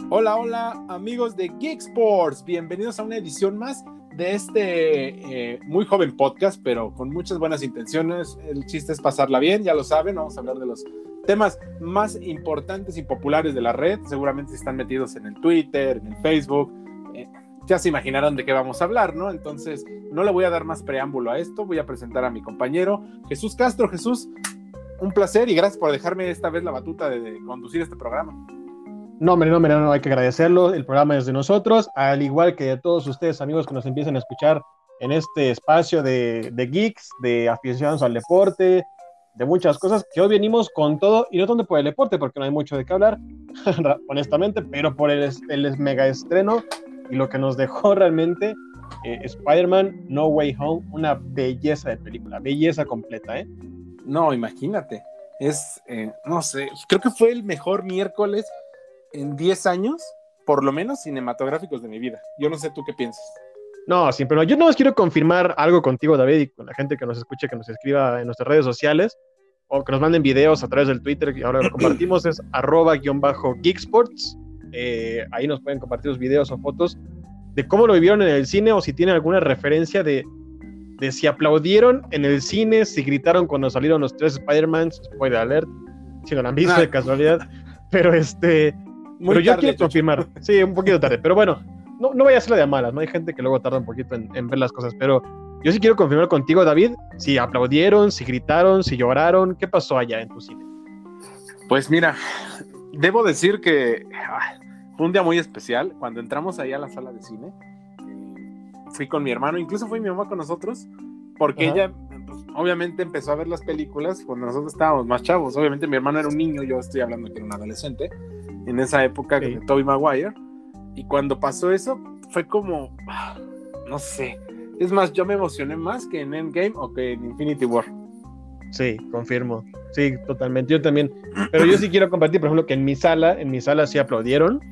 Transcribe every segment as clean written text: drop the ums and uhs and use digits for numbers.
Hola, hola amigos de Geek Sports, bienvenidos a una edición más de este muy joven podcast, pero con muchas buenas intenciones. El chiste es pasarla bien, ya lo saben, vamos a hablar de los temas más importantes y populares de la red. Seguramente están metidos en el Twitter, en el Facebook, ya se imaginarán de qué vamos a hablar, ¿no? Entonces no le voy a dar más preámbulo a esto, voy a presentar a mi compañero Jesús Castro. Jesús, un placer y gracias por dejarme esta vez la batuta de conducir este programa. No, hay que agradecerlo. El programa es de nosotros, al igual que de todos ustedes, amigos, que nos empiezan a escuchar en este espacio de geeks, de aficionados al deporte, de muchas cosas, que hoy venimos con todo, y no tanto por el deporte, porque no hay mucho de qué hablar, honestamente, pero por el mega estreno y lo que nos dejó realmente Spider-Man No Way Home, una belleza de película, belleza completa, ¿eh? No, imagínate, no sé, creo que fue el mejor miércoles en 10 años, por lo menos, cinematográficos de mi vida. Yo no sé tú qué piensas. No, siempre no. Yo no quiero confirmar algo contigo, David, y con la gente que nos escuche, que nos escriba en nuestras redes sociales, o que nos manden videos a través del Twitter, que ahora lo compartimos, es @geeksports. Ahí nos pueden compartir los videos o fotos de cómo lo vivieron en el cine, o si tienen alguna referencia de si aplaudieron en el cine, si gritaron cuando salieron los 3 Spider-Mans, spoiler alert, si no lo han visto de casualidad, pero pero yo quiero confirmar, sí, un poquito tarde, pero bueno, no vaya a ser la de malas, ¿no? Hay gente que luego tarda un poquito en ver las cosas, pero yo sí quiero confirmar contigo, David, si aplaudieron, si gritaron, si lloraron, ¿qué pasó allá en tu cine? Pues mira, debo decir que fue un día muy especial. Cuando entramos ahí a la sala de cine, fui con mi hermano, incluso fue mi mamá con nosotros, porque ella, pues, obviamente empezó a ver las películas cuando nosotros estábamos más chavos. Obviamente mi hermano era un niño, yo estoy hablando que era un adolescente, en esa época de Tobey Maguire, y cuando pasó eso, fue como, no sé, es más, yo me emocioné más que en Endgame o que en Infinity War. Sí, confirmo, sí, totalmente, yo también, pero yo sí quiero compartir, por ejemplo, que en mi sala sí aplaudieron,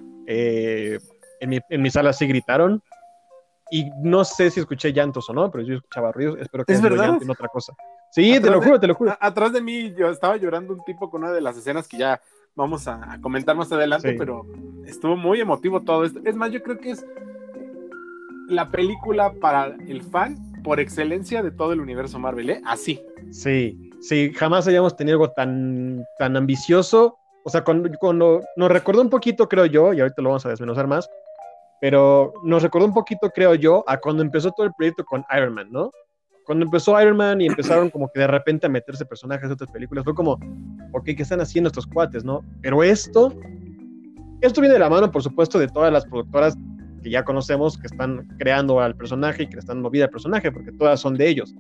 en mi sala sí gritaron, y no sé si escuché llantos o no, pero yo escuchaba ruidos, espero que no llanten otra cosa. Sí, te lo juro. Atrás de mí yo estaba llorando un tipo con una de las escenas que ya vamos a comentar más adelante, sí. Pero estuvo muy emotivo todo esto. Es más, yo creo que es la película para el fan por excelencia de todo el universo Marvel, ¿eh? Así. Sí, jamás hayamos tenido algo tan ambicioso. O sea, cuando nos recordó un poquito, creo yo, y ahorita lo vamos a desmenuzar más, pero nos recordó un poquito, creo yo, a cuando empezó todo el proyecto con Iron Man, ¿no? Cuando empezó Iron Man y empezaron como que de repente a meterse personajes de otras películas, fue como, ok, ¿qué están haciendo estos cuates, no? Pero esto viene de la mano, por supuesto, de todas las productoras que ya conocemos, que están creando al personaje y que le están dando vida al personaje, porque todas son de ellos.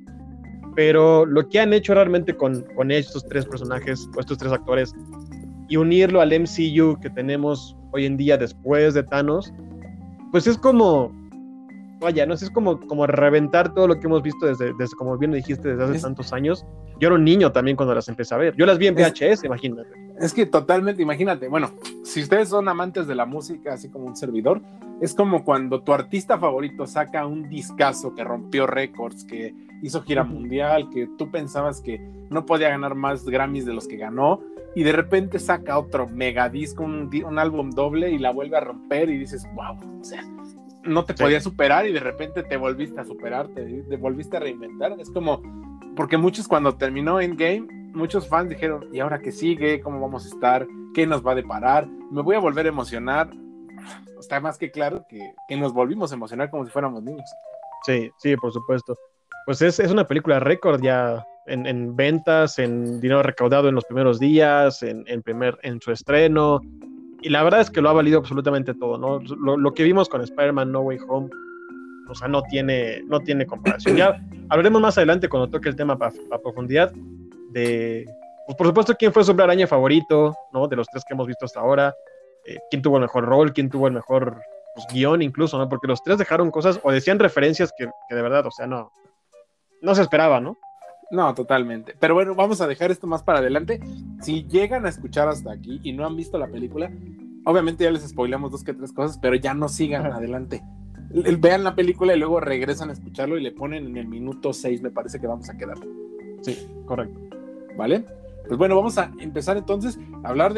Pero lo que han hecho realmente con estos 3 personajes, o estos 3 actores, y unirlo al MCU que tenemos hoy en día después de Thanos, pues es como, vaya, no sé, es como reventar todo lo que hemos visto desde como bien lo dijiste, desde hace tantos años. Yo era un niño también cuando las empecé a ver. Yo las vi en VHS, imagínate. Es que totalmente, imagínate. Bueno, si ustedes son amantes de la música, así como un servidor, es como cuando tu artista favorito saca un discazo que rompió récords, que hizo gira mundial, que tú pensabas que no podía ganar más Grammys de los que ganó, y de repente saca otro megadisco, un álbum doble y la vuelve a romper y dices, wow, o sea, no te podías superar y de repente te volviste a superar, te volviste a reinventar. Es como, porque muchos cuando terminó Endgame, muchos fans dijeron, ¿y ahora qué sigue? ¿Cómo vamos a estar? ¿Qué nos va a deparar? ¿Me voy a volver a emocionar? Está más que claro que nos volvimos a emocionar como si fuéramos niños. Sí, por supuesto. Pues es una película récord ya en ventas, en dinero recaudado en los primeros días, en su estreno, y la verdad es que lo ha valido absolutamente todo, ¿no? Lo que vimos con Spider-Man No Way Home, o sea, no tiene comparación. Ya hablaremos más adelante cuando toque el tema a profundidad de, pues por supuesto, quién fue su Hombre Araña favorito, ¿no? De los 3 que hemos visto hasta ahora, quién tuvo el mejor rol, quién tuvo el mejor guión incluso, ¿no? Porque los 3 dejaron cosas o decían referencias que de verdad, o sea, no se esperaba, ¿no? No, totalmente. Pero bueno, vamos a dejar esto más para adelante. Si llegan a escuchar hasta aquí y no han visto la película, obviamente ya les spoileamos 2 que 3 cosas, pero ya no sigan adelante. Vean la película y luego regresan a escucharlo y le ponen en el minuto 6, me parece que vamos a quedar. Sí, correcto. ¿Vale? Pues bueno, vamos a empezar entonces a hablar de,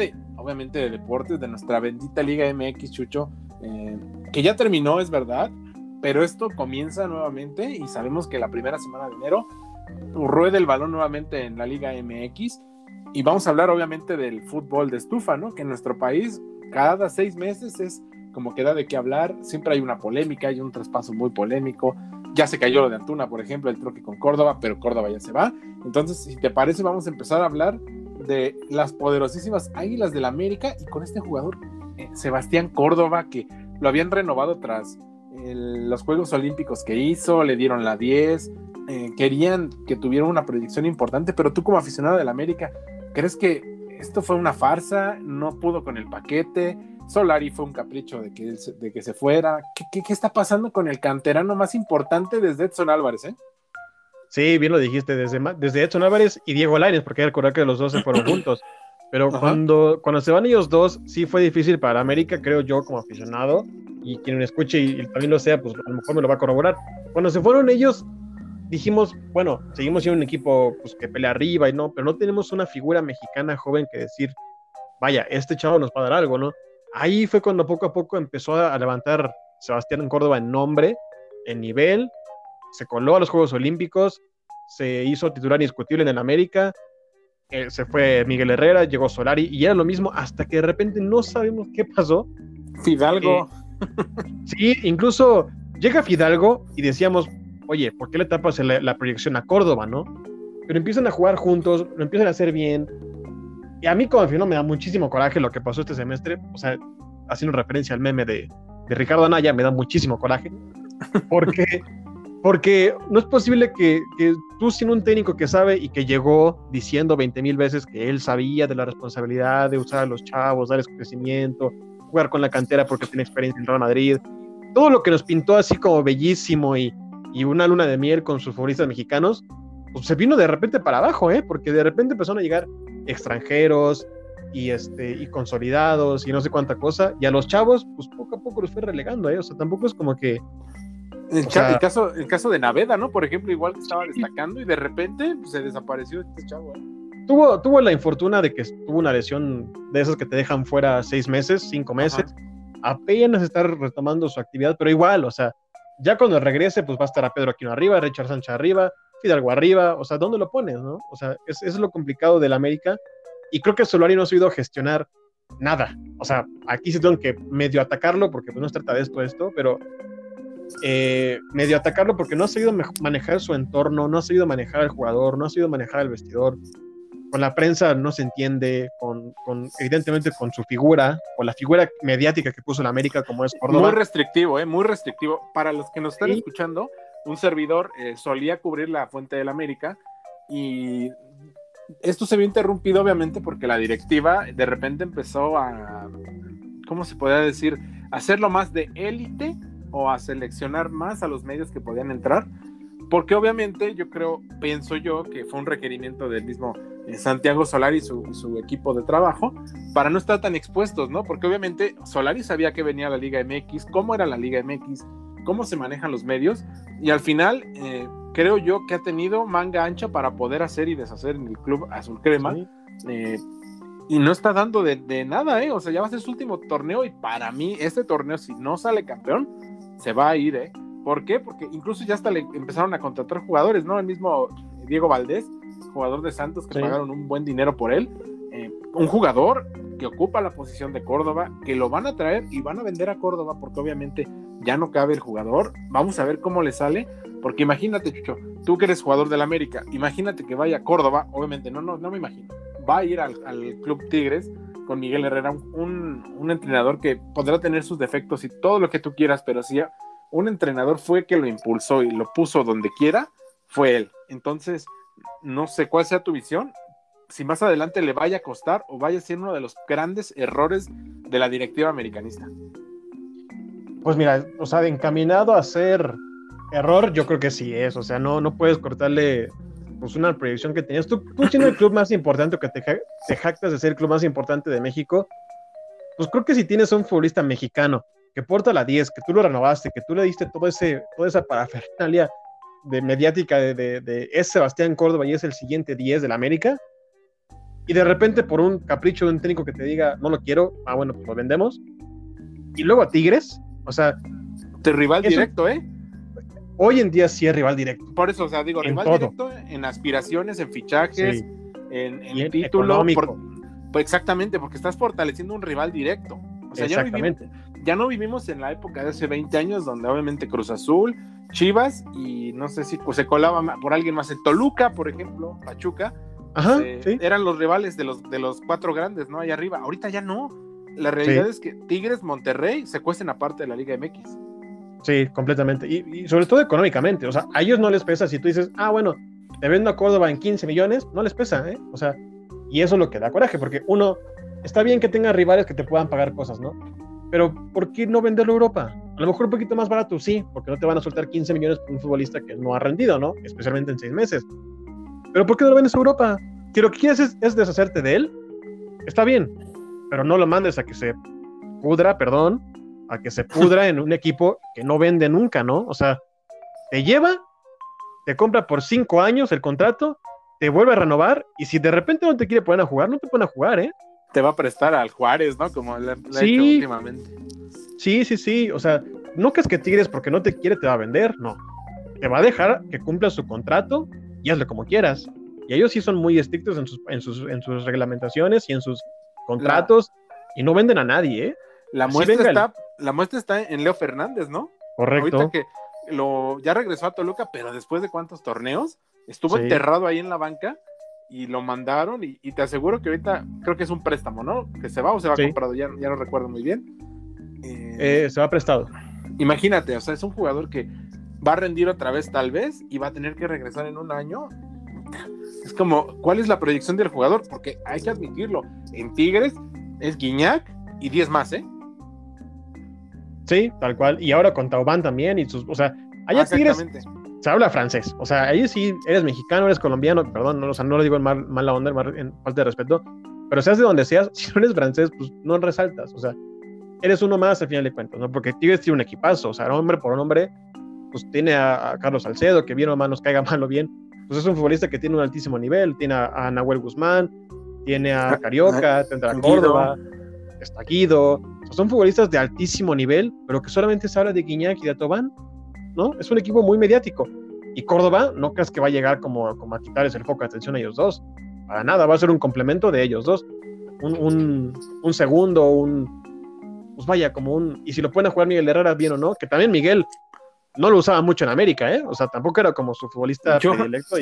obviamente, de deportes, de nuestra bendita Liga MX, Chucho, que ya terminó, es verdad, pero esto comienza nuevamente y sabemos que la primera semana de enero rueda el balón nuevamente en la Liga MX y vamos a hablar obviamente del fútbol de estufa, ¿no? Que en nuestro país cada 6 meses es como que da de qué hablar, siempre hay una polémica, hay un traspaso muy polémico, ya se cayó lo de Antuna, por ejemplo, el troque con Córdoba, pero Córdoba ya se va, entonces si te parece vamos a empezar a hablar de las poderosísimas Águilas del América y con este jugador, Sebastián Córdoba, que lo habían renovado tras los Juegos Olímpicos que hizo, le dieron la 10, querían que tuviera una proyección importante, pero tú como aficionado del América, ¿crees que esto fue una farsa? ¿No pudo con el paquete? Solari fue un capricho de que se fuera. ¿Qué está pasando con el canterano más importante desde Edson Álvarez, eh? Sí, bien lo dijiste, desde Edson Álvarez y Diego Lainez, porque hay que recordar que los dos se fueron juntos. Pero cuando se van ellos dos, sí fue difícil para América, creo yo, como aficionado, y quien me escuche y también lo sea, pues a lo mejor me lo va a corroborar. Cuando se fueron ellos, dijimos, bueno, seguimos siendo un equipo pues, que pelea arriba y no, pero no tenemos una figura mexicana joven que decir, vaya, este chavo nos va a dar algo, ¿no? Ahí fue cuando poco a poco empezó a levantar Sebastián Córdoba en nombre, en nivel, se coló a los Juegos Olímpicos, se hizo titular indiscutible en el América, se fue Miguel Herrera, llegó Solari y era lo mismo hasta que de repente no sabemos qué pasó. Fidalgo. Sí, incluso llega Fidalgo y decíamos, oye, ¿por qué le tapas la proyección a Córdoba, no? Pero empiezan a jugar juntos, lo empiezan a hacer bien. Y a mí como aficionado me da muchísimo coraje lo que pasó este semestre, o sea, haciendo referencia al meme de Ricardo Anaya, me da muchísimo coraje, porque no es posible que tú siendo un técnico que sabe y que llegó diciendo 20,000 veces que él sabía de la responsabilidad de usar a los chavos, darles crecimiento, jugar con la cantera porque tiene experiencia en Real Madrid, todo lo que nos pintó así como bellísimo y una luna de miel con sus futbolistas mexicanos, pues se vino de repente para abajo, porque de repente empezaron a llegar extranjeros y consolidados y no sé cuánta cosa, y a los chavos pues poco a poco los fue relegando, o sea, tampoco es como que el caso de Naveda, ¿no? Por ejemplo, igual estaba destacando y de repente pues, se desapareció este chavo, Tuvo la infortuna de que tuvo una lesión de esas que te dejan fuera 6 meses, 5 meses, apenas está retomando su actividad, pero igual, o sea, ya cuando regrese, pues va a estar a Pedro Aquino arriba, Richard Sánchez arriba, Fidalgo arriba, o sea, ¿dónde lo pones, no? O sea, es lo complicado del América, y creo que Solari no ha sabido gestionar nada, o sea, aquí se tengo que medio atacarlo, porque pues no se trata de esto, pero medio atacarlo porque no ha sabido manejar su entorno, no ha sabido manejar al jugador, no ha sabido manejar al vestidor, con la prensa no se entiende, evidentemente con su figura, con la figura mediática que puso la América como es Córdoba. Muy restrictivo. Para los que nos están escuchando, un servidor solía cubrir la Fuente del América y esto se vio interrumpido obviamente porque la directiva de repente empezó a, ¿cómo se podría decir? Hacerlo más de élite o a seleccionar más a los medios que podían entrar, porque obviamente pienso yo que fue un requerimiento del mismo Santiago Solari y su equipo de trabajo para no estar tan expuestos, ¿no? Porque obviamente Solari sabía que venía la Liga MX, cómo era la Liga MX, cómo se manejan los medios, y al final creo yo que ha tenido manga ancha para poder hacer y deshacer en el club azul crema, sí. Y no está dando de nada, o sea, ya va a ser su último torneo y para mí este torneo, si no sale campeón, se va a ir, ¿por qué? Porque incluso ya hasta le empezaron a contratar jugadores, ¿no? El mismo Diego Valdés, jugador de Santos, que pagaron un buen dinero por él, un jugador que ocupa la posición de Córdoba, que lo van a traer y van a vender a Córdoba, porque obviamente ya no cabe el jugador. Vamos a ver cómo le sale, porque imagínate, Chucho, tú que eres jugador del América, imagínate que vaya a Córdoba, obviamente no me imagino, va a ir al Club Tigres con Miguel Herrera, un entrenador que podrá tener sus defectos y todo lo que tú quieras, pero si un entrenador fue que lo impulsó y lo puso donde quiera, fue él. Entonces, no sé cuál sea tu visión, si más adelante le vaya a costar o vaya a ser uno de los grandes errores de la directiva americanista. Pues mira, o sea, encaminado a ser error, yo creo que sí es, o sea, no puedes cortarle pues una proyección que tenías. Tú siendo el club más importante, que te jactas de ser el club más importante de México, pues creo que si tienes un futbolista mexicano que porta la 10, que tú lo renovaste, que tú le diste toda esa parafernalia de mediática de es Sebastián Córdoba y es el siguiente 10 del América, y de repente por un capricho de un técnico que te diga, no lo quiero, bueno, pues lo vendemos, y luego a Tigres, o sea... De rival directo, Hoy en día sí es rival directo. Por eso, o sea, digo, rival todo. Directo en aspiraciones, en fichajes, sí. en título. Pues exactamente, porque estás fortaleciendo un rival directo. O sea, ya no vivimos en la época de hace 20 años, donde obviamente Cruz Azul, Chivas, y no sé si pues, se colaba por alguien más en Toluca, por ejemplo, Pachuca. Ajá, sí. Eran los rivales de los 4 grandes, ¿no? Allá arriba. Ahorita ya no. La realidad es que Tigres, Monterrey se cuestan aparte de la Liga MX. Sí, completamente. Y sobre todo económicamente. O sea, a ellos no les pesa si tú dices, bueno, te vendo a Córdoba en 15 millones, no les pesa, ¿eh? O sea, y eso es lo que da coraje, porque uno, está bien que tenga rivales que te puedan pagar cosas, ¿no? Pero, ¿por qué no venderlo a Europa? A lo mejor un poquito más barato, sí, porque no te van a soltar 15 millones por un futbolista que no ha rendido, ¿no? Especialmente en 6 meses. Pero, ¿por qué no lo vendes a Europa? Si lo que quieres es deshacerte de él, está bien, pero no lo mandes a que se pudra en un equipo que no vende nunca, ¿no? O sea, te lleva, te compra por 5 años el contrato, te vuelve a renovar, y si de repente no te quiere poner a jugar, no te pone a jugar, ¿eh? Te va a prestar al Juárez, ¿no? Como le ha hecho últimamente. Sí, o sea, no crees que Tigres porque no te quiere te va a vender, no. Te va a dejar que cumpla su contrato y hazlo como quieras. Y ellos sí son muy estrictos en sus reglamentaciones y en sus contratos, y no venden a nadie, ¿eh? La muestra está en Leo Fernández, ¿no? Correcto. Ahorita que ya regresó a Toluca, pero después de cuántos torneos, estuvo enterrado ahí en la banca y lo mandaron, y te aseguro que ahorita creo que es un préstamo, ¿no? Que se va o se va comprado, ya no recuerdo muy bien. Se va prestado. Imagínate, o sea, es un jugador que va a rendir otra vez tal vez y va a tener que regresar en un año. Es como, ¿cuál es la proyección del jugador? Porque hay que admitirlo, en Tigres es Guiñac y 10 más, ¿eh? Sí, tal cual. Y ahora con Taubán también. O sea, allá Tigres se habla francés. O sea, ahí sí eres mexicano, eres colombiano, perdón, no, o sea, no lo digo en mala onda, en falta de respeto, pero seas de donde seas, si no eres francés, pues no resaltas. O sea, eres uno más al final de cuentas, ¿no? Porque Tigres tiene un equipazo. O sea, hombre por hombre, pues tiene a Carlos Salcedo, que bien o mal nos caiga mal o bien, pues es un futbolista que tiene un altísimo nivel. Tiene a Nahuel Guzmán, tiene a Carioca, tendrá a Córdoba, está Guido. O sea, son futbolistas de altísimo nivel, pero que solamente se habla de Guiñac y de Tobán, ¿no? Es un equipo muy mediático. Y Córdoba, no creas que va a llegar como a quitarles el foco de atención a ellos dos. Para nada, va a ser un complemento de ellos dos. Un segundo, pues vaya, y si lo pueden jugar Miguel Herrera bien o no, que también Miguel no lo usaba mucho en América, ¿eh? O sea, tampoco era como su futbolista predilecto.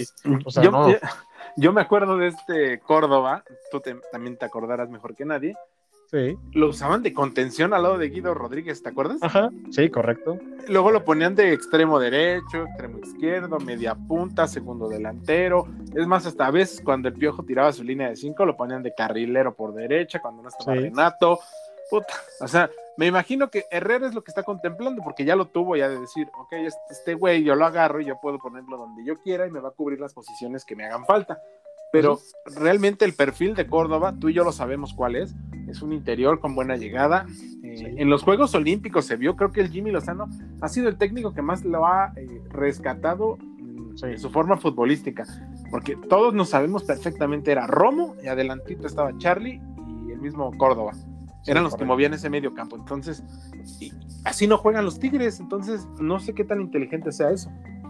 Yo me acuerdo de este Córdoba, tú también te acordarás mejor que nadie. Sí. Lo usaban de contención al lado de Guido Rodríguez, ¿te acuerdas? Ajá, sí, correcto. Luego lo ponían de extremo derecho, extremo izquierdo, media punta, segundo delantero. Es más, hasta a veces cuando el Piojo tiraba su línea de 5, lo ponían de carrilero por derecha, cuando no estaba Renato. Puta, o sea, me imagino que Herrera es lo que está contemplando, porque ya lo tuvo ya de decir, ok, este güey yo lo agarro y yo puedo ponerlo donde yo quiera y me va a cubrir las posiciones que me hagan falta. Pero realmente el perfil de Córdoba, tú y yo lo sabemos cuál es un interior con buena llegada. En los Juegos Olímpicos se vio, creo que el Jimmy Lozano ha sido el técnico que más lo ha rescatado en su forma futbolística, porque todos nos sabemos perfectamente, era Romo y adelantito estaba Charlie y el mismo Córdoba. Eran los que movían ese medio campo. Entonces, así no juegan los Tigres. Entonces, no sé qué tan inteligente sea eso.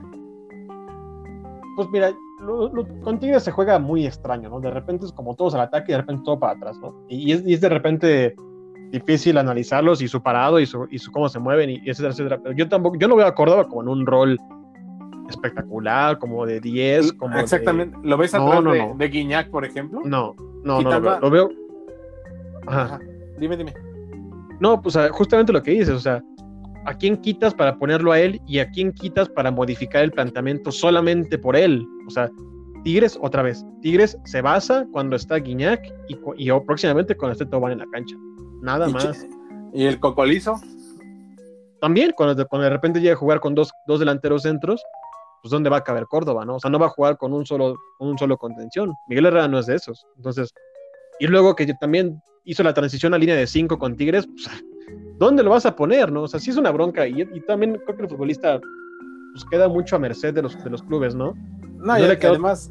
Pues mira, con Tigres se juega muy extraño, ¿no? De repente es como todos al ataque y de repente todo para atrás, ¿no? Y es de repente difícil analizarlos y su parado y su cómo se mueven y etcétera, etcétera. Pero yo no veo a Córdoba como en un rol espectacular, como de 10, como exactamente. ¿Lo ves atrás de Guiñac, por ejemplo? No lo veo. Ajá. Dime. No, pues justamente lo que dices, o sea, ¿a quién quitas para ponerlo a él y a quién quitas para modificar el planteamiento solamente por él? O sea, Tigres, otra vez, Tigres se basa cuando está Guiñac y próximamente cuando esté Tobán en la cancha. Nada más. ¿Y el Cocolizo? También, cuando de repente llega a jugar con dos delanteros centros, pues ¿dónde va a caber Córdoba, no? O sea, no va a jugar con un solo contención. Miguel Herrera no es de esos. Entonces, y luego que también hizo la transición a línea de 5 con Tigres, pues, ¿dónde lo vas a poner, no? O sea, sí es una bronca y también creo que el futbolista pues queda mucho a merced de los clubes, ¿no? No, y además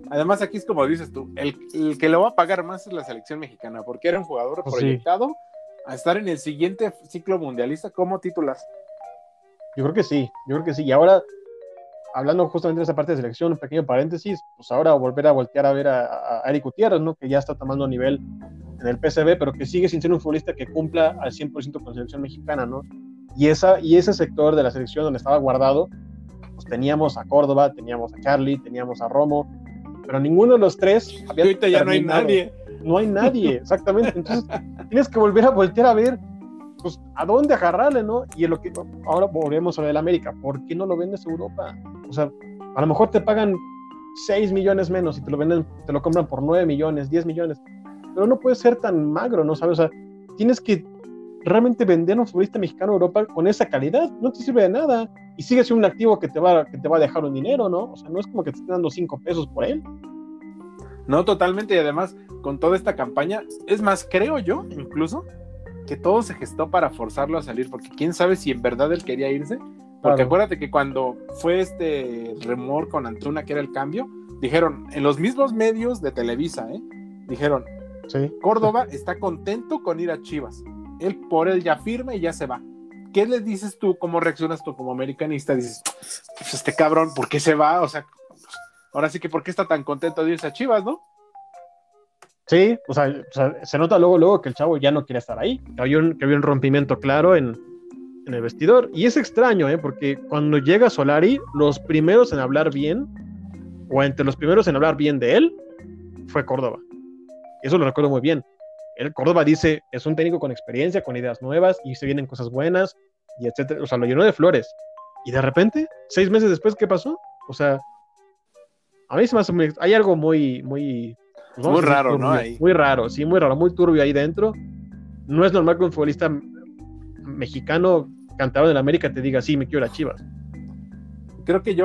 Además, aquí es como dices tú, el que lo va a pagar más es la selección mexicana, porque era un jugador Pues sí, proyectado a estar en el siguiente ciclo mundialista como titular. yo creo que sí, yo creo que sí. Y ahora, hablando justamente de esa parte de selección, un pequeño paréntesis, pues ahora volver a voltear a ver a Eric Gutiérrez, ¿no? Que ya está tomando nivel en el PSV, pero que sigue sin ser un futbolista que cumpla al 100% con selección mexicana, ¿no? Y ese sector de la selección donde estaba guardado, pues teníamos a Córdoba, teníamos a Charlie, teníamos a Romo, pero ninguno de los tres Y había ahorita ya no hay terminado. nadie. No hay nadie, exactamente. Entonces, tienes que volver a ver, pues, a dónde agarrarle, ¿no? Y en lo que ahora volvemos a lo del América, ¿por qué no lo vendes a Europa? O sea, a lo mejor te pagan 6 millones menos y te lo compran por 9 millones, 10 millones, pero no puede ser tan magro, ¿no? ¿Sabes? O sea, tienes que realmente vender a un futbolista mexicano a Europa con esa calidad, no te sirve de nada. Y sigue siendo un activo que te va a dejar un dinero, ¿no? O sea, no es como que te estén dando 5 pesos por él. No, totalmente, y además, con toda esta campaña, es más, creo yo, incluso, que todo se gestó para forzarlo a salir, porque quién sabe si en verdad él quería irse, porque Claro. acuérdate que cuando fue este rumor con Antuna, que era el cambio, dijeron, en los mismos medios de Televisa, dijeron, Sí. Córdoba está contento con ir a Chivas, él por él ya firma y ya se va. ¿Qué le dices tú? ¿Cómo reaccionas tú como americanista? Dices, pues este cabrón, ¿por qué se va? O sea, ahora sí que ¿por qué está tan contento de irse a Chivas, no? Sí, o sea, se nota luego que el chavo ya no quiere estar ahí, que había un rompimiento claro en el vestidor. Y es extraño, porque cuando llega Solari, los primeros en hablar bien, o entre los primeros en hablar bien de él, fue Córdoba. Eso lo recuerdo muy bien. El Córdoba dice, es un técnico con experiencia, con ideas nuevas, y se vienen cosas buenas, y etcétera. O sea, lo llenó de flores. Y de repente, 6 meses después, ¿qué pasó? O sea, a mí se me hace hay algo muy, muy, pues Muy vamos a decir raro, turbio, ¿no? Ahí. muy raro, sí, muy raro, muy turbio ahí dentro. No es normal que un futbolista mexicano cantado en América te diga, sí, me quiero a Chivas. Creo que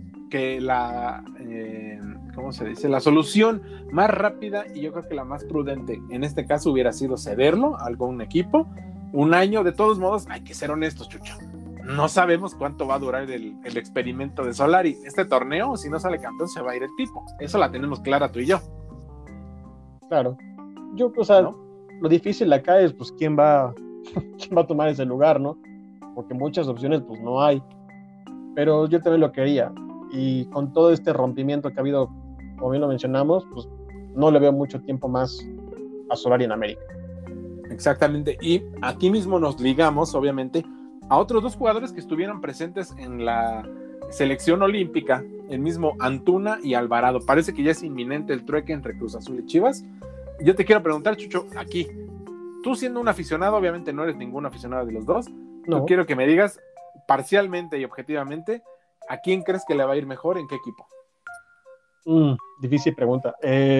¿cómo se dice? La solución más rápida y yo creo que la más prudente en este caso hubiera sido cederlo a algún equipo, un año. De todos modos, hay que ser honestos, Chucho. No sabemos cuánto va a durar el experimento de Solari. Este torneo, si no sale campeón, se va a ir el tipo. Eso la tenemos clara tú y yo. Claro. Yo, o sea, ¿No? lo difícil acá es, pues, quién va a tomar ese lugar, ¿no? Porque muchas opciones, pues, no hay. Pero yo también lo quería. Y con todo este rompimiento que ha habido, como bien lo mencionamos, pues, no le veo mucho tiempo más a Solari en América. Exactamente. Y aquí mismo nos ligamos, obviamente, a otros dos jugadores que estuvieron presentes en la selección olímpica, el mismo Antuna y Alvarado. Parece que ya es inminente el trueque entre Cruz Azul y Chivas. Yo te quiero preguntar, Chucho, aquí, tú siendo un aficionado, obviamente no eres ningún aficionado de los dos, No. yo quiero que me digas parcialmente y objetivamente, ¿a quién crees que le va a ir mejor? ¿En qué equipo? Difícil pregunta.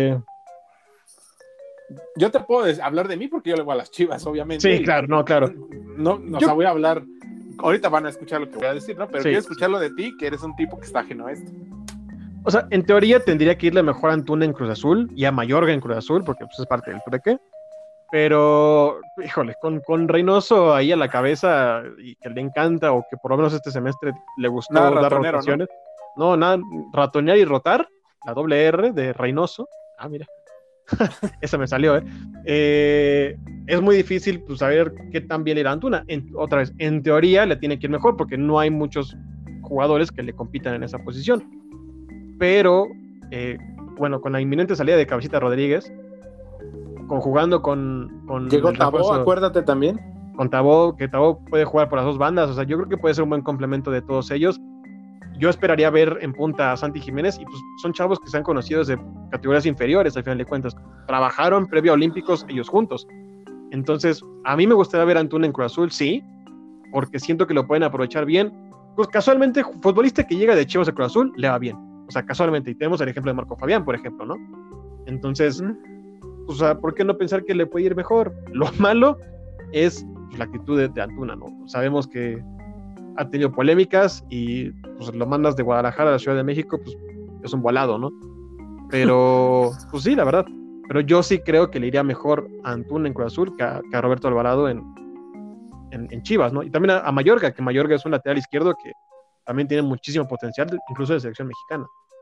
Yo te puedo hablar de mí porque yo le voy a las Chivas, obviamente. Sí, claro, no, claro. No, o sea, voy a hablar. Ahorita van a escuchar lo que voy a decir, ¿no? Pero Sí. quiero escucharlo de ti, que eres un tipo que está ajeno a esto. O sea, en teoría tendría que irle mejor a Antuna en Cruz Azul y a Mayorga en Cruz Azul, porque pues, es parte del trueque. Pero, híjole, con Reynoso ahí a la cabeza y que le encanta, o que por lo menos este semestre le gustó Nada dar ratonero, rotaciones. No, nada, ratonear y rotar, la doble R de Reynoso. Ah, mira. Esa me salió, es muy difícil pues, saber qué tan bien irá Antuna. Otra vez, en teoría le tiene que ir mejor porque no hay muchos jugadores que le compitan en esa posición. Pero, bueno, con la inminente salida de Cabecita Rodríguez, conjugando con Llegó el Tabó, refuerzo, acuérdate también. con Tabó, que Tabó puede jugar por las dos bandas. O sea, yo creo que puede ser un buen complemento de todos ellos. Yo esperaría ver en punta a Santi Jiménez, y pues son chavos que se han conocido desde categorías inferiores, al final de cuentas. Trabajaron previo a Olímpicos ellos juntos. Entonces, a mí me gustaría ver a Antuna en Cruz Azul, sí, porque siento que lo pueden aprovechar bien. Pues casualmente, futbolista que llega de Chivas a Cruz Azul, le va bien. O sea, casualmente, y tenemos el ejemplo de Marco Fabián, por ejemplo, ¿no? Entonces, o sea, ¿por qué no pensar que le puede ir mejor? Lo malo es pues, la actitud de Antuna, ¿no? Sabemos que ha tenido polémicas y pues lo mandas de Guadalajara a la Ciudad de México, pues es un volado, ¿no? Pero, pues sí, la verdad. Pero yo sí creo que le iría mejor a Antuna en Cruz Azul que a Roberto Alvarado en Chivas, ¿no? Y también a Mayorga, que Mayorga es un lateral izquierdo que también tiene muchísimo potencial, incluso de selección mexicana.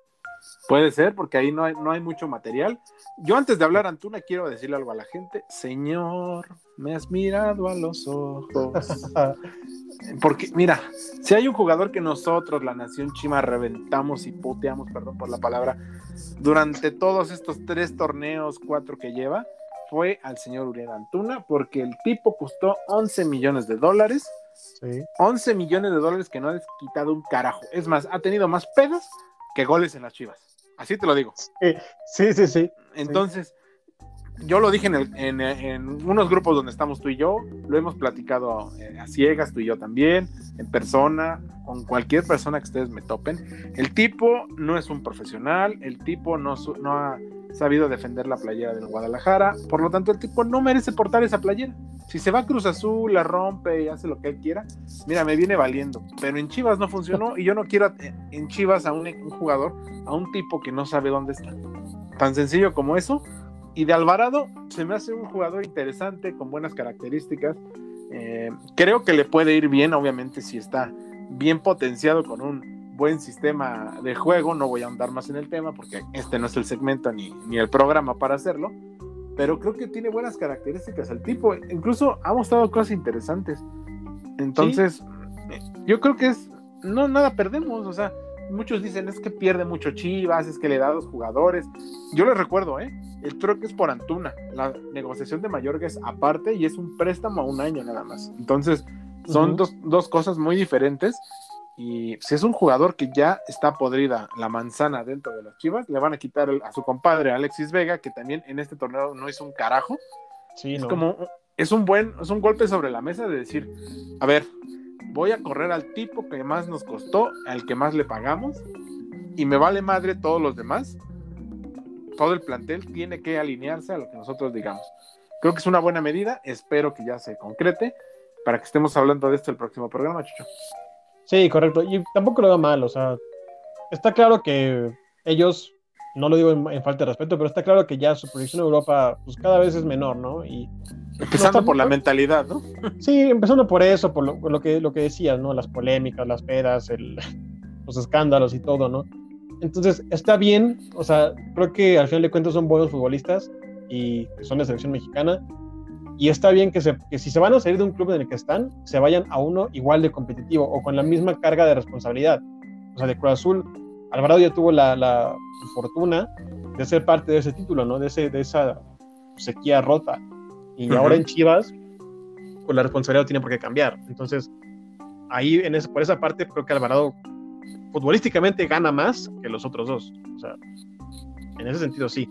Puede ser, porque ahí no hay mucho material. Yo antes de hablar Antuna quiero decirle algo a la gente. Señor, me has mirado a los ojos. Porque, mira, si hay un jugador que nosotros, la Nación Chima, reventamos y puteamos, perdón por la palabra, durante todos estos 3 torneos, 4 que lleva, fue al señor Uriel Antuna, porque el tipo costó $11 millones. Sí. 11 millones de dólares que no ha quitado un carajo. Es más, ha tenido más pedas que goles en las Chivas. Así te lo digo. Sí. Entonces, yo lo dije en unos grupos donde estamos tú y yo, lo hemos platicado a ciegas, tú y yo también, en persona, con cualquier persona que ustedes me topen. El tipo no es un profesional, el tipo no ha sabido defender la playera del Guadalajara, por lo tanto el tipo no merece portar esa playera. Si se va a Cruz Azul, la rompe y hace lo que él quiera, mira, me viene valiendo. Pero en Chivas no funcionó y yo no quiero en Chivas a un jugador, a un tipo que no sabe dónde está. Tan sencillo como eso. Y de Alvarado se me hace un jugador interesante, con buenas características. Creo que le puede ir bien, obviamente, si está bien potenciado con un buen sistema de juego. No voy a ahondar más en el tema porque este no es el segmento ni el programa para hacerlo. Pero creo que tiene buenas características el tipo. Incluso ha mostrado cosas interesantes. Entonces, yo creo que nada perdemos. O sea, muchos dicen, es que pierde mucho Chivas, es que le da a los jugadores. Yo les recuerdo, el trueque es por Antuna. La negociación de Mayorga es aparte y es un préstamo a 1 año nada más. Entonces, son dos cosas muy diferentes. Y si es un jugador que ya está podrida la manzana dentro de las Chivas, le van a quitar a su compadre Alexis Vega, que también en este torneo no hizo un carajo. Sí, es un golpe sobre la mesa de decir, a ver, voy a correr al tipo que más nos costó, al que más le pagamos, y me vale madre todos los demás. Todo el plantel tiene que alinearse a lo que nosotros digamos. Creo que es una buena medida, espero que ya se concrete para que estemos hablando de esto el próximo programa, Chucho. Sí, correcto. Y tampoco lo veo mal, o sea, está claro que ellos, no lo digo en falta de respeto, pero está claro que ya su proyección en Europa pues cada vez es menor, ¿no? Y empezando por la mentalidad, ¿no? Sí, empezando por eso, por lo que decías, ¿no? Las polémicas, las pedas, los escándalos y todo, ¿no? Entonces, está bien, o sea, creo que al final de cuentas son buenos futbolistas y que son de selección mexicana, y está bien que si se van a salir de un club en el que están, se vayan a uno igual de competitivo o con la misma carga de responsabilidad. O sea, de Cruz Azul, Alvarado ya tuvo la fortuna de ser parte de ese título, ¿no? De esa sequía rota. Y ahora en Chivas, pues la responsabilidad tiene por qué cambiar. Entonces, ahí por esa parte creo que Alvarado futbolísticamente gana más que los otros dos. O sea, en ese sentido sí.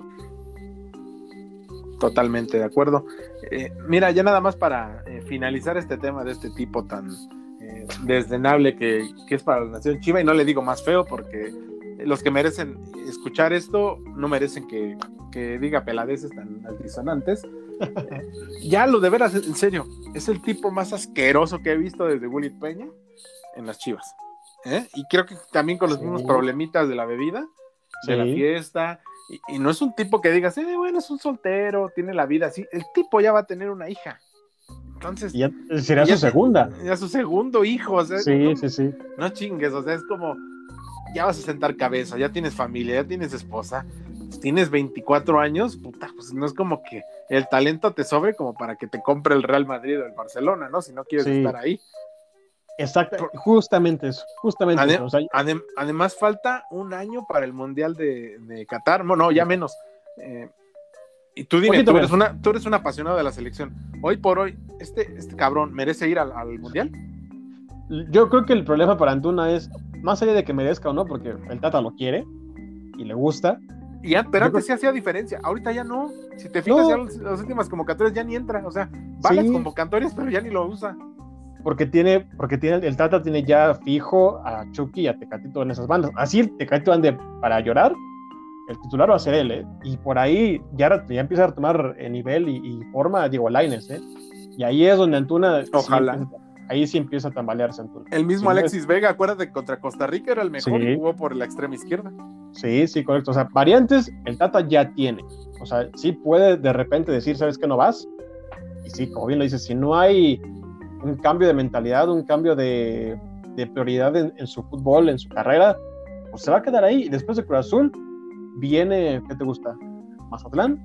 Totalmente de acuerdo. Mira, ya nada más para finalizar este tema de este tipo tan desdenable que es para la Nación Chiva, y no le digo más feo porque los que merecen escuchar esto no merecen que diga peladeces tan altisonantes. Ya lo de veras, en serio, es el tipo más asqueroso que he visto desde Willy Peña en las Chivas. Y creo que también con los mismos problemitas de la bebida, de la fiesta. Y no es un tipo que digas, bueno, es un soltero, tiene la vida así. El tipo ya va a tener una hija. Entonces. Ya será su segunda. Ya su segundo hijo. O sea, sí. No chingues, o sea, es como, ya vas a sentar cabeza, ya tienes familia, ya tienes esposa, tienes 24 años, puta, pues no es como que el talento te sobre como para que te compre el Real Madrid o el Barcelona, ¿no? Si no quieres estar ahí. Exacto, justamente eso. O sea, además falta 1 año para el Mundial de Qatar, no, ya menos. Y tú dime, tú eres un apasionado de la selección. Hoy por hoy, este cabrón merece ir al Mundial. Yo creo que el problema para Antuna es, más allá de que merezca o no, porque el Tata lo quiere y le gusta. Pero antes sí hacía diferencia, ahorita ya no. Si te fijas, ya las últimas convocatorias ya ni entra. O sea, va a las convocatorias, pero ya ni lo usa. Porque el Tata tiene ya fijo a Chucky y a Tecatito en esas bandas. Así el Tecatito ande para llorar, el titular va a ser él, y por ahí ya empieza a retomar nivel y forma a Diego Lainez, y ahí es donde Antuna ahí sí empieza a tambalearse Antuna. El mismo Alexis Vega, acuérdate que contra Costa Rica era el mejor y jugó por la extrema izquierda. Sí, correcto. O sea, variantes el Tata ya tiene. O sea, sí puede de repente decir, ¿sabes qué? No vas. Y sí, como bien lo dices, si no hay un cambio de mentalidad, un cambio de prioridad en su fútbol, en su carrera, pues se va a quedar ahí. Y después de Cruz Azul, viene, ¿qué te gusta? Mazatlán,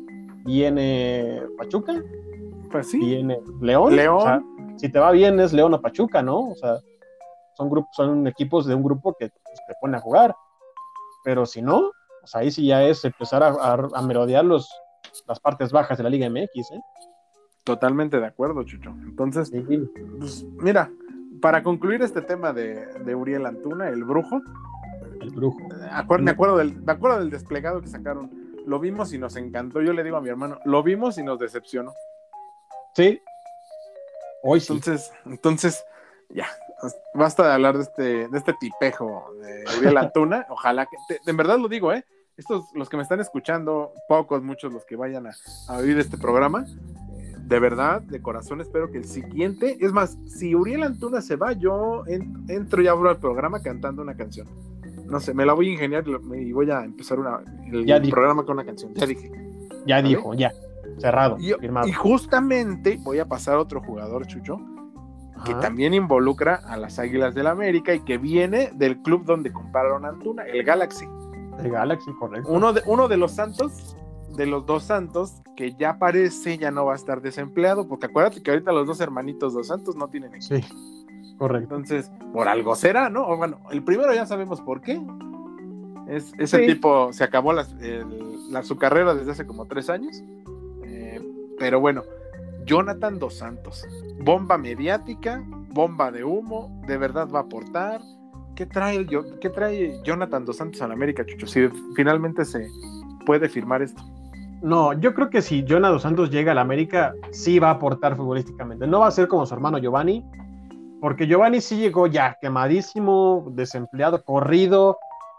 viene Pachuca, Pues sí. viene León. León. O sea, si te va bien es León o Pachuca, ¿no? O sea, son equipos de un grupo que pues, te pone a jugar. Pero si no, pues ahí sí ya es empezar a merodear las partes bajas de la Liga MX, ¿eh? Totalmente de acuerdo, Chucho. Entonces, Sí. pues, mira, para concluir este tema de Uriel Antuna, el brujo, El brujo. me acuerdo del desplegado que sacaron. Lo vimos y nos encantó. Yo le digo a mi hermano, lo vimos y nos decepcionó. Sí. Hoy sí. Entonces, ya, basta de hablar de este tipejo de Uriel Antuna. Ojalá que, en verdad lo digo, estos, los que me están escuchando, pocos, muchos los que vayan a oír este programa, de verdad, de corazón espero que el siguiente, es más, si Uriel Antuna se va, yo entro y abro el programa cantando una canción. No sé, me la voy a ingeniar y voy a empezar el programa con una canción. Ya dije. Ya ¿vale? Dijo, ya. Cerrado, firmado. Y justamente voy a pasar a otro jugador, Chucho, que también involucra a las Águilas del América y que viene del club donde compraron a Antuna, el Galaxy. El Galaxy, correcto. Uno de los Santos, de los dos Santos, que ya parece ya no va a estar desempleado, porque acuérdate que ahorita los dos hermanitos dos Santos no tienen equipo. Sí, correcto. Entonces, por algo será, ¿no? O bueno, el primero ya sabemos por qué. Ese tipo se acabó su carrera desde hace como 3 años. Pero bueno, Jonathan Dos Santos, bomba mediática, bomba de humo, de verdad va a aportar. ¿Qué trae Jonathan Dos Santos a la América, Chucho? Si finalmente se puede firmar esto. No, yo creo que si Jonathan Dos Santos llega a la América, sí va a aportar futbolísticamente. No va a ser como su hermano Giovanni, porque Giovanni sí llegó ya quemadísimo, desempleado, corrido,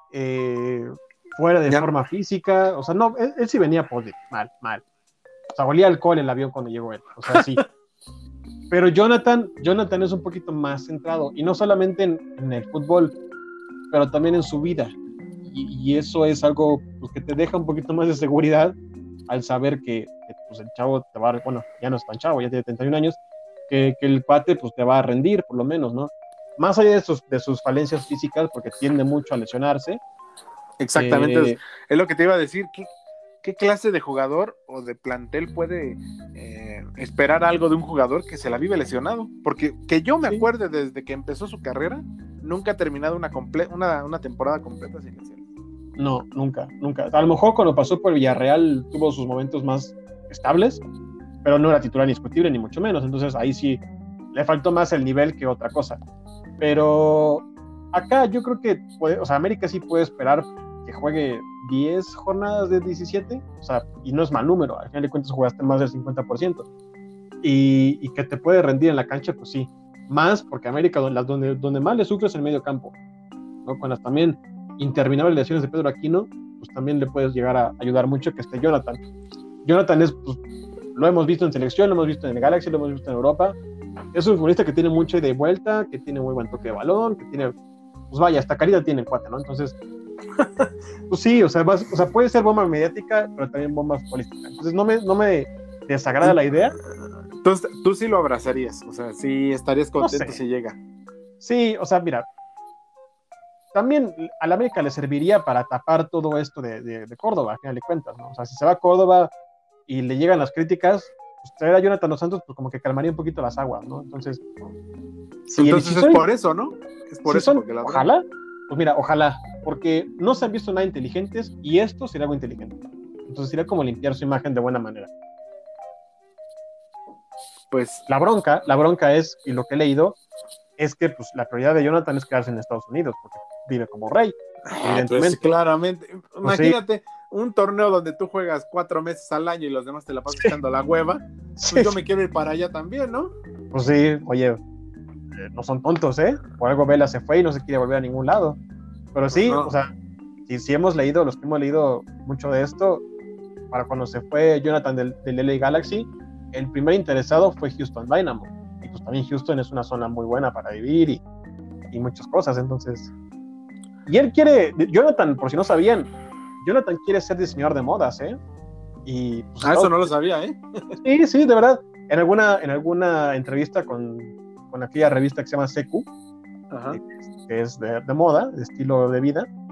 fuera de forma física. O sea, no, él sí venía podrido, mal. O sea, olía alcohol el avión cuando llegó él. O sea, sí. Pero Jonathan es un poquito más centrado, y no solamente en el fútbol, pero también en su vida. Y eso es algo pues, que te deja un poquito más de seguridad al saber que pues, el chavo te va a... Bueno, ya no es tan chavo, ya tiene 31 años, que el pate pues, te va a rendir, por lo menos, ¿no? Más allá de sus falencias físicas, porque tiende mucho a lesionarse. Exactamente, es lo que te iba a decir. ¿Qué clase de jugador o de plantel puede esperar algo de un jugador que se la vive lesionado? Porque que yo me acuerde desde que empezó su carrera, nunca ha terminado una temporada completa sin lesiones. No, nunca. A lo mejor cuando pasó por Villarreal tuvo sus momentos más estables, pero no era titular indiscutible, ni mucho menos. Entonces ahí sí le faltó más el nivel que otra cosa. Pero acá yo creo que América sí puede esperar que juegue 10 jornadas de 17, o sea, y no es mal número, al final de cuentas jugaste más del 50%, y que te puede rendir en la cancha, pues sí, más porque América donde más le sufre es el medio campo, ¿no? Con las también interminables lesiones de Pedro Aquino, pues también le puedes llegar a ayudar mucho que esté Jonathan es, pues, lo hemos visto en selección, lo hemos visto en el Galaxy, lo hemos visto en Europa, es un futbolista que tiene mucho ida y vuelta, que tiene muy buen toque de balón, que tiene, pues vaya, hasta calidad tiene el cuate, ¿no? Entonces pues sí, o sea, puede ser bomba mediática, pero también bomba futbolística. Entonces no me desagrada la idea. Entonces tú sí lo abrazarías, o sea, sí estarías contento si llega. Sí, o sea, mira, también a la América le serviría para tapar todo esto de Córdoba, al final de cuentas, ¿no? O sea, si se va a Córdoba y le llegan las críticas, pues traer a Jonathan Dos Santos, pues como que calmaría un poquito las aguas, ¿no? Entonces, es por eso, ¿no? Es por eso. Porque ojalá. Pues mira, ojalá, porque no se han visto nada inteligentes y esto sería algo inteligente. Entonces sería como limpiar su imagen de buena manera. Pues la bronca es, y lo que he leído, es que pues la prioridad de Jonathan es quedarse en Estados Unidos, porque vive como rey, evidentemente. Pues, claramente. Imagínate un torneo donde tú juegas 4 meses al año y los demás te la pasas echando la hueva. Pues yo me quiero ir para allá también, ¿no? Pues sí, oye, no son tontos, ¿eh? Por algo Vela se fue y no se quiere volver a ningún lado. Pero sí, o sea, si hemos leído, los que hemos leído mucho de esto, para cuando se fue Jonathan del LA Galaxy, el primer interesado fue Houston Dynamo. Y pues también Houston es una zona muy buena para vivir y muchas cosas, entonces. Y él quiere, Jonathan, por si no sabían, Jonathan quiere ser diseñador de modas, ¿eh? Y, pues, eso no lo sabía, ¿eh? Sí, de verdad. En alguna entrevista con aquella revista que se llama CQ, que es de moda, de estilo de vida,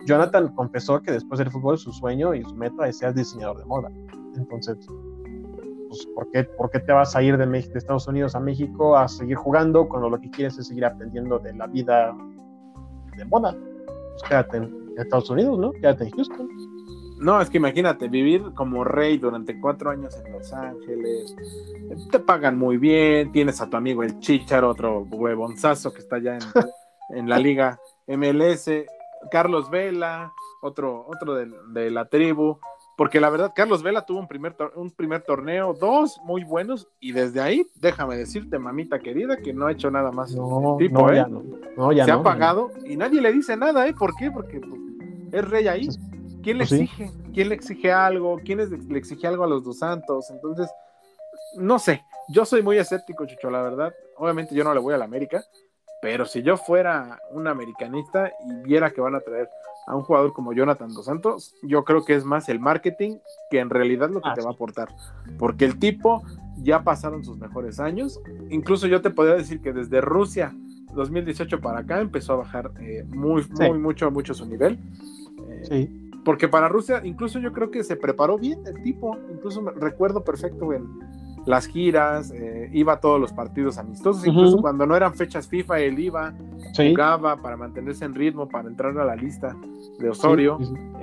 Jonathan confesó que después del fútbol su sueño y su meta es ser diseñador de moda. Entonces, pues, ¿por qué te vas a ir de Estados Unidos a México a seguir jugando cuando lo que quieres es seguir aprendiendo de la vida de moda? Pues quédate en Estados Unidos, ¿no? Quédate en Houston. No, es que imagínate, vivir como rey durante 4 años en Los Ángeles, te pagan muy bien, tienes a tu amigo el Chícharo, otro huevonzazo que está allá en la liga MLS, Carlos Vela, otro de la tribu, porque la verdad Carlos Vela tuvo un primer torneo, 2 muy buenos, y desde ahí, déjame decirte, mamita querida, que no ha hecho nada más. Ya ha pagado y nadie le dice nada, ¿por qué? Porque pues, es rey ahí. ¿Quién le exige? ¿Quién le exige algo? ¿Quién le exige algo a los Dos Santos? Entonces, no sé, yo soy muy escéptico, Chucho, la verdad. Obviamente yo no le voy a la América, pero si yo fuera un americanista y viera que van a traer a un jugador como Jonathan Dos Santos, yo creo que es más el marketing que en realidad lo que te va a aportar, porque el tipo ya pasaron sus mejores años. Incluso yo te podría decir que desde Rusia 2018 para acá empezó a bajar mucho su nivel. Porque para Rusia, incluso yo creo que se preparó bien el tipo. Incluso recuerdo perfecto en las giras, iba a todos los partidos amistosos, incluso cuando no eran fechas FIFA, él iba, jugaba para mantenerse en ritmo, para entrar a la lista de Osorio.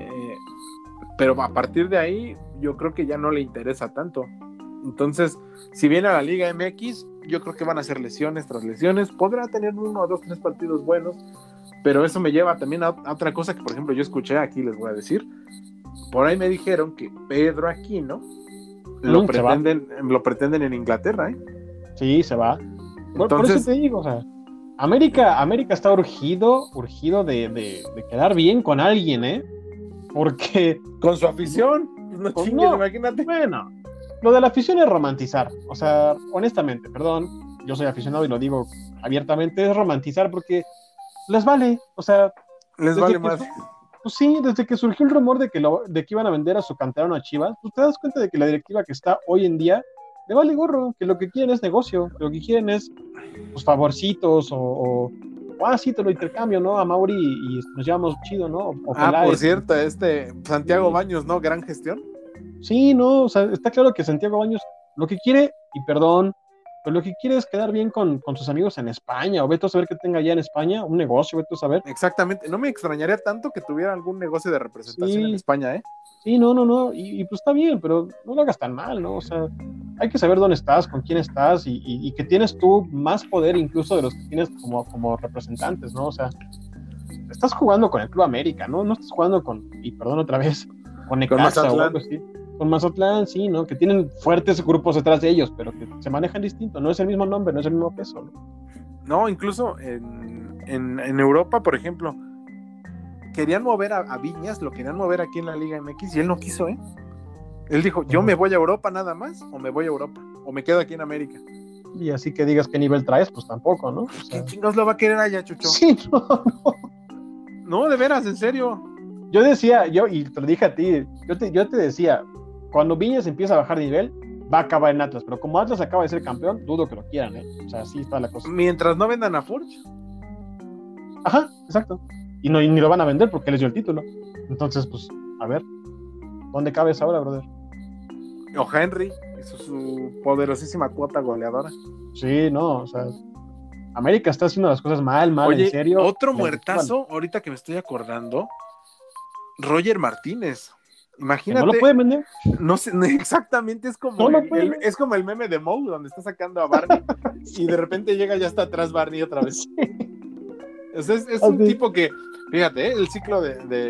Pero a partir de ahí, yo creo que ya no le interesa tanto. Entonces, si viene a la Liga MX, yo creo que van a ser lesiones tras lesiones. Podrá tener 1, 2, 3 partidos buenos, pero eso me lleva también a otra cosa que, por ejemplo, yo escuché, aquí les voy a decir. Por ahí me dijeron que Pedro Aquino lo pretenden en Inglaterra, Sí, se va. Por eso te digo, o sea, América está urgido de quedar bien con alguien, porque... Con su afición, imagínate. Bueno, lo de la afición es romantizar, o sea, honestamente, perdón, yo soy aficionado y lo digo abiertamente, es romantizar porque les vale, o sea... Les vale más. Pues sí, desde que surgió el rumor de que iban a vender a su canterano a Chivas, pues te das cuenta de que la directiva que está hoy en día le vale gorro, que lo que quieren es negocio, que lo que quieren es pues, favorcitos o sí, te lo intercambio, ¿no? A Mauri y nos llevamos chido, ¿no? Por cierto, Santiago Baños, ¿no? Gran gestión. Sí, no, o sea, está claro que Santiago Baños lo que quiere, y perdón, pero lo que quiere es quedar bien con sus amigos en España, o vete a saber que tenga ya en España un negocio, vete a saber. Exactamente, no me extrañaría tanto que tuviera algún negocio de representación en España, Sí, no, y pues está bien, pero no lo hagas tan mal, ¿no? O sea, hay que saber dónde estás, con quién estás, y que tienes tú más poder incluso de los que tienes como representantes, ¿no? O sea, estás jugando con el Club América, ¿no? No estás jugando con Necaxa o algo así. Con Mazatlán, sí, ¿no? Que tienen fuertes grupos detrás de ellos, pero que se manejan distinto, no es el mismo nombre, no es el mismo peso, ¿no? No, incluso en Europa, por ejemplo, querían mover a Viñas, lo querían mover aquí en la Liga MX y él no quiso, Él dijo, yo me voy a Europa nada más, o me voy a Europa, o me quedo aquí en América. Y así que digas qué nivel traes, pues tampoco, ¿no? O sea... ¿Quién chingados lo va a querer allá, Chucho? Sí, no. No, de veras, en serio. Yo decía, y te lo dije a ti, yo te decía, cuando Viñas empieza a bajar de nivel, va a acabar en Atlas, pero como Atlas acaba de ser campeón, dudo que lo quieran, O sea, así está la cosa. Mientras no vendan a Furch. Ajá, exacto. Y ni lo van a vender porque les dio el título. Entonces, pues, a ver, ¿dónde cabes ahora, brother? O Henry, hizo su poderosísima cuota goleadora. Sí, no, o sea, América está haciendo las cosas mal, Oye, en serio. Otro muertazo, ahorita que me estoy acordando, Roger Martínez. Imagínate. ¿No lo pueden vender? No sé, exactamente, es como es como el meme de Moe, donde está sacando a Barney y de repente llega ya hasta atrás Barney otra vez. O sea, es un tipo que, fíjate, el ciclo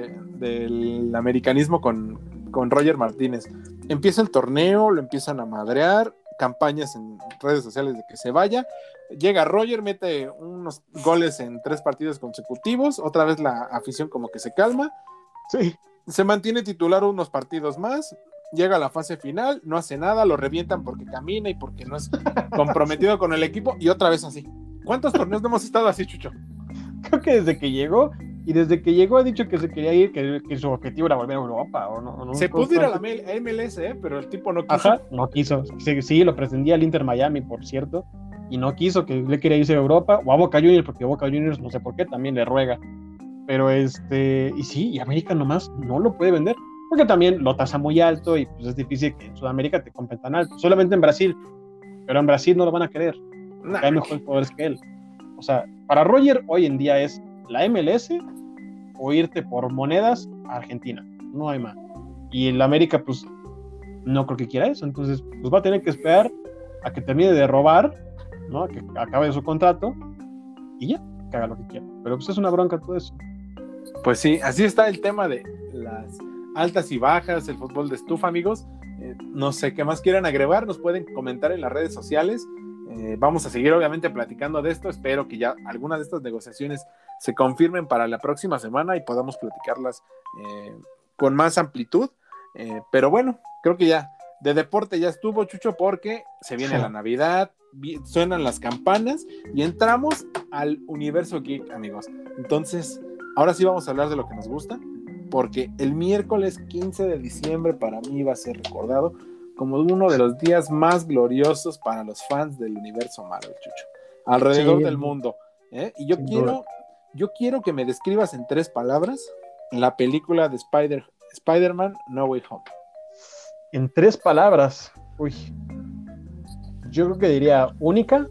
del americanismo con Roger Martínez. Empieza el torneo, lo empiezan a madrear, campañas en redes sociales de que se vaya. Llega Roger, mete unos goles en 3 partidos consecutivos, otra vez la afición como que se calma. Sí. Se mantiene titular unos partidos más, llega a la fase final, no hace nada, lo revientan porque camina y porque no es comprometido con el equipo, y otra vez así. ¿Cuántos torneos no hemos estado así, Chucho? Creo que desde que llegó ha dicho que se quería ir, que su objetivo era volver a Europa, o no. Se pudo ir a la MLS, pero el tipo no quiso. Ajá, no quiso. Sí, lo pretendía el Inter Miami, por cierto, y no quiso, que le quería irse a Europa, o a Boca Juniors, porque Boca Juniors, no sé por qué, también le ruega. Pero y sí, y América nomás no lo puede vender, porque también lo tasa muy alto y pues es difícil que en Sudamérica te compren tan alto, solamente en Brasil, pero en Brasil no lo van a querer, porque hay mejores jugadores que él. O sea, para Roger hoy en día es la MLS o irte por monedas a Argentina, no hay más. Y el América pues no creo que quiera eso, entonces pues va a tener que esperar a que termine de robar, ¿no? A que acabe su contrato y ya, que haga lo que quiera. Pero pues es una bronca todo eso. Pues sí, así está el tema de las altas y bajas, el fútbol de estufa, amigos. No sé qué más quieran agregar, nos pueden comentar en las redes sociales. Vamos a seguir obviamente platicando de esto. Espero que ya algunas de estas negociaciones se confirmen para la próxima semana y podamos platicarlas con más amplitud. Pero bueno, creo que ya de deporte ya estuvo, Chucho, porque se viene la Navidad, suenan las campanas y entramos al universo geek, amigos. Entonces, ahora sí vamos a hablar de lo que nos gusta, porque el miércoles 15 de diciembre para mí va a ser recordado como uno de los días más gloriosos para los fans del universo Marvel, Chucho, alrededor del mundo. Y yo quiero que me describas en 3 palabras la película de Spider-Man No Way Home. En 3 palabras, yo creo que diría única,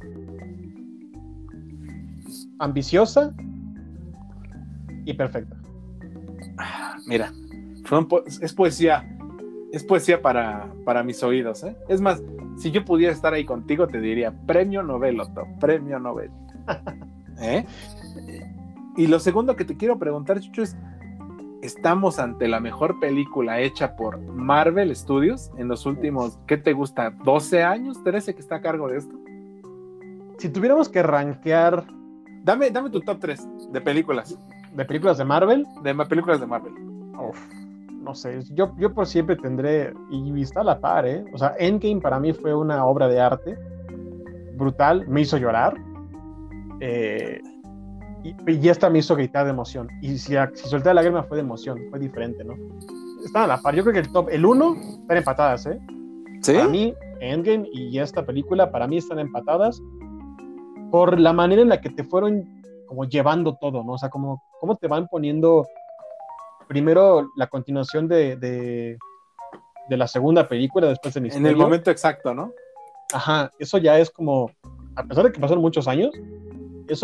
ambiciosa y perfecta. Mira, es poesía para mis oídos, ¿eh? Es más, si yo pudiera estar ahí contigo, te diría premio Nobel, Otto, premio Nobel. Y lo segundo que te quiero preguntar, Chucho, es: ¿estamos ante la mejor película hecha por Marvel Studios en los últimos, ¿qué te gusta? ¿12 años? ¿13 que está a cargo de esto? Si tuviéramos que rankear... Dame tu top 3 de películas. ¿De películas de Marvel? De películas de Marvel. No sé, yo por siempre tendré, y está a la par, o sea, Endgame para mí fue una obra de arte brutal, me hizo llorar, y esta me hizo gritar de emoción, y si solté la lágrima fue de emoción, fue diferente, ¿no? Están a la par, yo creo que el 1 están empatadas, ¿Sí? Para mí, Endgame y esta película, para mí están empatadas por la manera en la que te fueron como llevando todo, ¿no? O sea, cómo te van poniendo primero la continuación de la segunda película, después de Misterio. En el momento exacto, ¿no? Ajá, eso ya es como, a pesar de que pasaron muchos años, eso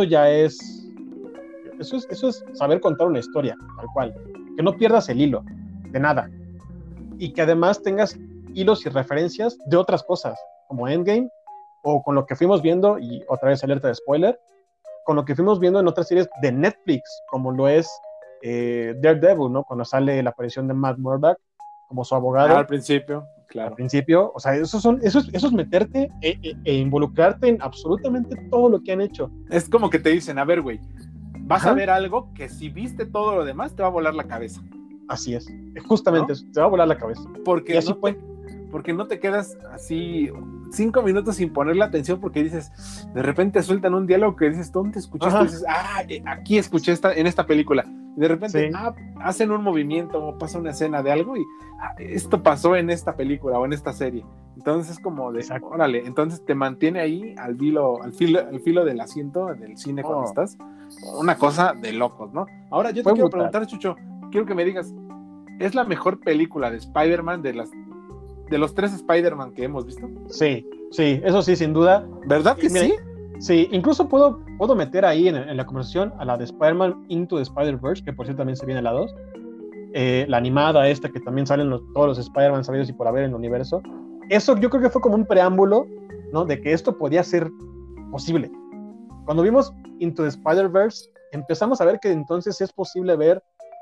es saber contar una historia, tal cual. Que no pierdas el hilo de nada. Y que además tengas hilos y referencias de otras cosas, como Endgame, o con lo que fuimos viendo, y otra vez alerta de spoiler, con lo que fuimos viendo en otras series de Netflix, como lo es Daredevil, ¿no? Cuando sale la aparición de Matt Murdock como su abogado. Al principio, claro. Al principio, o sea, eso es meterte e involucrarte en absolutamente todo lo que han hecho. Es como que te dicen, a ver, güey, vas a ver algo que si viste todo lo demás te va a volar la cabeza. Así es, justamente, ¿no? Eso, te va a volar la cabeza. Porque no te quedas así 5 minutos sin ponerle atención, porque dices, de repente sueltan un diálogo que dices, ¿dónde escuchaste? Y dices, aquí escuché en esta película. Y de repente, hacen un movimiento o pasa una escena de algo y esto pasó en esta película o en esta serie. Entonces es como de, órale, entonces te mantiene ahí al filo del asiento del cine cuando estás. Una cosa de locos, ¿no? Ahora yo te quiero preguntar, Chucho, quiero que me digas, ¿es la mejor película de Spider-Man de los 3 Spider-Man que hemos visto? Sí, eso sí, sin duda. ¿Verdad que sí? Sí, incluso puedo meter ahí en la conversación a la de Spider-Man Into the Spider-Verse, que por cierto también se viene la 2. La animada esta, que también salen todos los Spider-Man sabidos y por haber en el universo. Eso yo creo que fue como un preámbulo, ¿no? De que esto podía ser posible. Cuando vimos Into the Spider-Verse, empezamos a ver que entonces es posible ver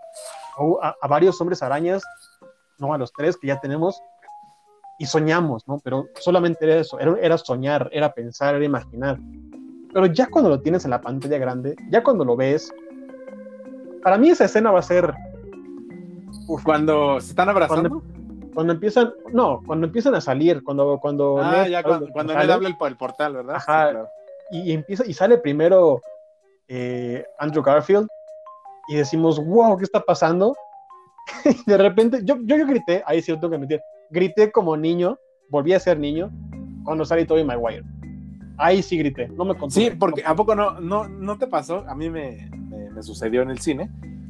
a varios hombres arañas, no a los 3 que ya tenemos, y soñamos, ¿no? Pero solamente era eso, era soñar, era pensar, era imaginar. Pero ya cuando lo tienes en la pantalla grande, ya cuando lo ves, para mí esa escena va a ser... ¿Cuando se están abrazando? Cuando empiezan a salir, cuando Ned habla el portal, ¿verdad? Ajá, sí, claro. Y sale primero Andrew Garfield, y decimos, wow, ¿qué está pasando? Y de repente, yo grité, ahí sí lo tengo que admitir, grité como niño, volví a ser niño, cuando sale Tobey Maguire. Ahí sí grité, no me contuve. Sí, porque ¿a poco no te pasó? A mí me sucedió en el cine,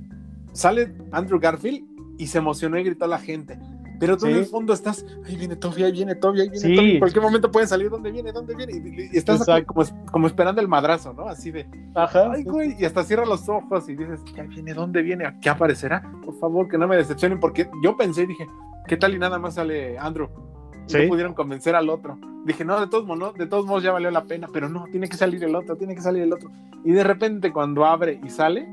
sale Andrew Garfield y se emocionó y gritó a la gente. Pero tú en el fondo estás, ahí viene Toby, ahí viene Toby, ahí viene Toby, en cualquier momento puede salir, ¿dónde viene? Y estás como esperando el madrazo, ¿no? Así de, ay, güey, y hasta cierra los ojos y dices, ¿qué viene? ¿Dónde viene? ¿A qué aparecerá? Por favor, que no me decepcionen, porque yo pensé y dije, ¿qué tal y nada más sale Andrew? Y no pudieron convencer al otro. Dije, no, de todos modos ya valió la pena, pero no, tiene que salir el otro. Y de repente cuando abre y sale,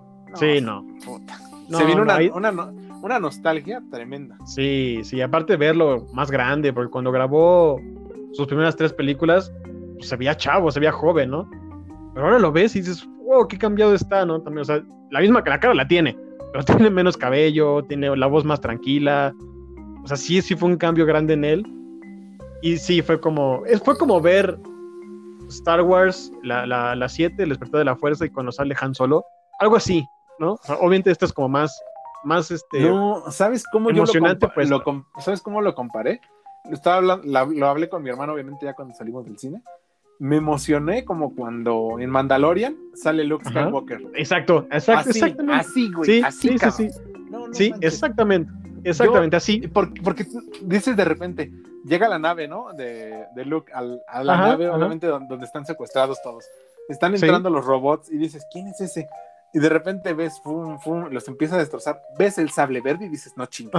puta. Se vino una nostalgia tremenda. Sí, aparte verlo más grande, porque cuando grabó sus primeras 3 películas, pues, se veía chavo, se veía joven, ¿no? Pero ahora lo ves y dices, wow, qué cambiado está, ¿no? También, o sea, la cara la tiene, pero tiene menos cabello, tiene la voz más tranquila. O sea, sí fue un cambio grande en él. Y sí, fue como ver Star Wars, la 7, el despertar de la fuerza, y cuando sale Han Solo, algo así, ¿no? O sea, obviamente esto es como más no, ¿sabes cómo emocionante, ¿sabes cómo lo comparé? Lo hablé con mi hermano, obviamente, ya cuando salimos del cine. Me emocioné como cuando en Mandalorian sale Luke Skywalker. Exactamente. Así, güey. Sí. No, sí, exactamente, así. Porque dices de repente, llega la nave, ¿no? De Luke a la nave, obviamente, donde están secuestrados todos. Están entrando los robots y dices, ¿quién es ese? Y de repente ves, los empieza a destrozar, ves el sable verde y dices, no chingues,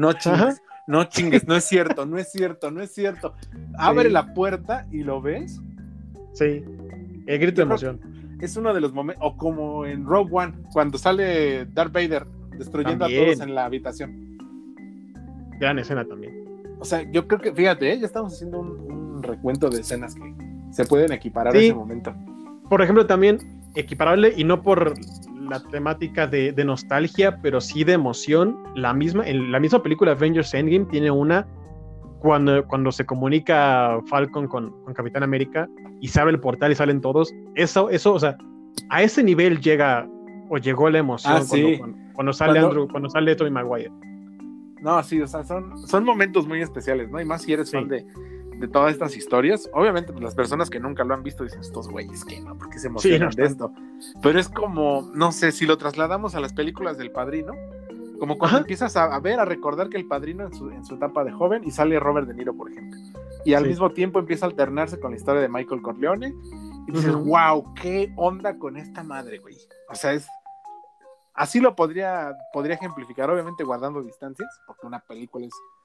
no es cierto. Abre la puerta y lo ves. Sí, el grito de emoción. Es uno de los momentos, o como en Rogue One, cuando sale Darth Vader destruyendo también a todos en la habitación. Gran escena también. O sea, yo creo que, fíjate, ya estamos haciendo un recuento de escenas que se pueden equiparar a ese momento. Por ejemplo, también equiparable, y no por la temática de nostalgia, pero sí de emoción. En la misma película Avengers Endgame tiene una cuando se comunica Falcon con Capitán América y se abre el portal y salen todos. Eso, o sea, a ese nivel llegó la emoción cuando sale Andrew, cuando sale Tobey Maguire. No, sí, o sea, son momentos muy especiales, ¿no? Y más si eres fan de todas estas historias. Obviamente, pues, las personas que nunca lo han visto dicen, estos güeyes, ¿qué no? ¿Por qué se emocionan de esto? Pero es como, no sé, si lo trasladamos a las películas del Padrino, como cuando empiezas a recordar que el Padrino en su etapa de joven, y sale Robert De Niro, por ejemplo, y al mismo tiempo empieza a alternarse con la historia de Michael Corleone, y dices, wow, qué onda con esta madre, güey. O sea, así lo podría ejemplificar, obviamente guardando distancias, porque una película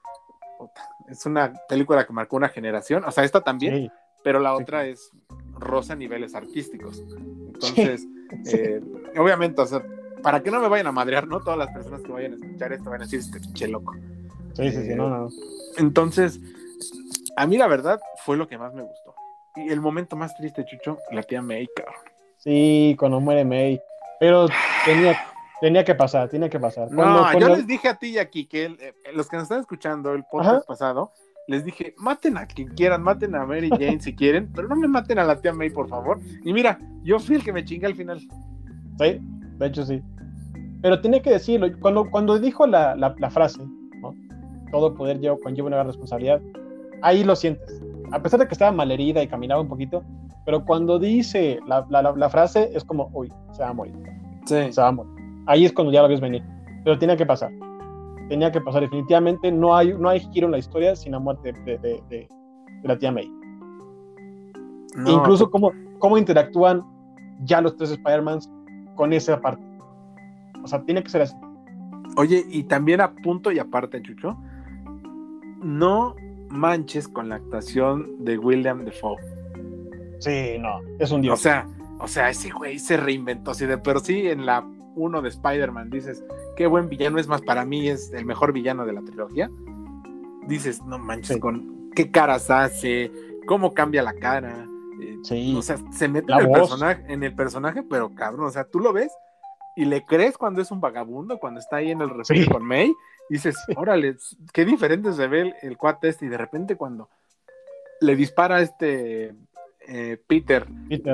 es una película que marcó una generación, o sea, esta también, pero la otra es rosa a niveles artísticos. Entonces, obviamente, o sea, para que no me vayan a madrear, ¿no? Todas las personas que vayan a escuchar esto van a decir, este pinche loco. Sí, no. Entonces, a mí la verdad fue lo que más me gustó. Y el momento más triste, Chucho, la tía May, cabrón. Sí, cuando muere May. Pero tenía que pasar. Yo les dije a ti y aquí que los que nos están escuchando el podcast pasado, les dije, maten a quien quieran, maten a Mary Jane si quieren, pero no me maten a la tía May, por favor. Y mira, yo fui el que me chingué al final. Sí, de hecho sí. Pero tenía que decirlo, cuando dijo la frase, ¿no? Todo poder conlleva una gran responsabilidad, ahí lo sientes. A pesar de que estaba malherida y caminaba un poquito, pero cuando dice la frase, es como, uy, se va a morir. Sí. Se va a morir. Ahí es cuando ya lo ves venir. Pero tenía que pasar definitivamente. No hay giro en la historia sin la muerte de la tía May. No, incluso cómo interactúan ya los 3 Spider-Mans con esa parte. O sea, tiene que ser así. Oye, y también a punto y aparte, Chucho, no manches con la actuación de William Dafoe. Sí, no, es un dios. O sea, ese güey se reinventó, así de, pero sí en la 1 de Spider-Man dices, qué buen villano, es más, para mí es el mejor villano de la trilogía. Dices, no manches, con qué caras hace, cómo cambia la cara. O sea, se mete en el personaje, pero cabrón, o sea, tú lo ves y le crees cuando es un vagabundo, cuando está ahí en el refugio con May, y dices, órale, qué diferente se ve el cuate y de repente cuando le dispara a Peter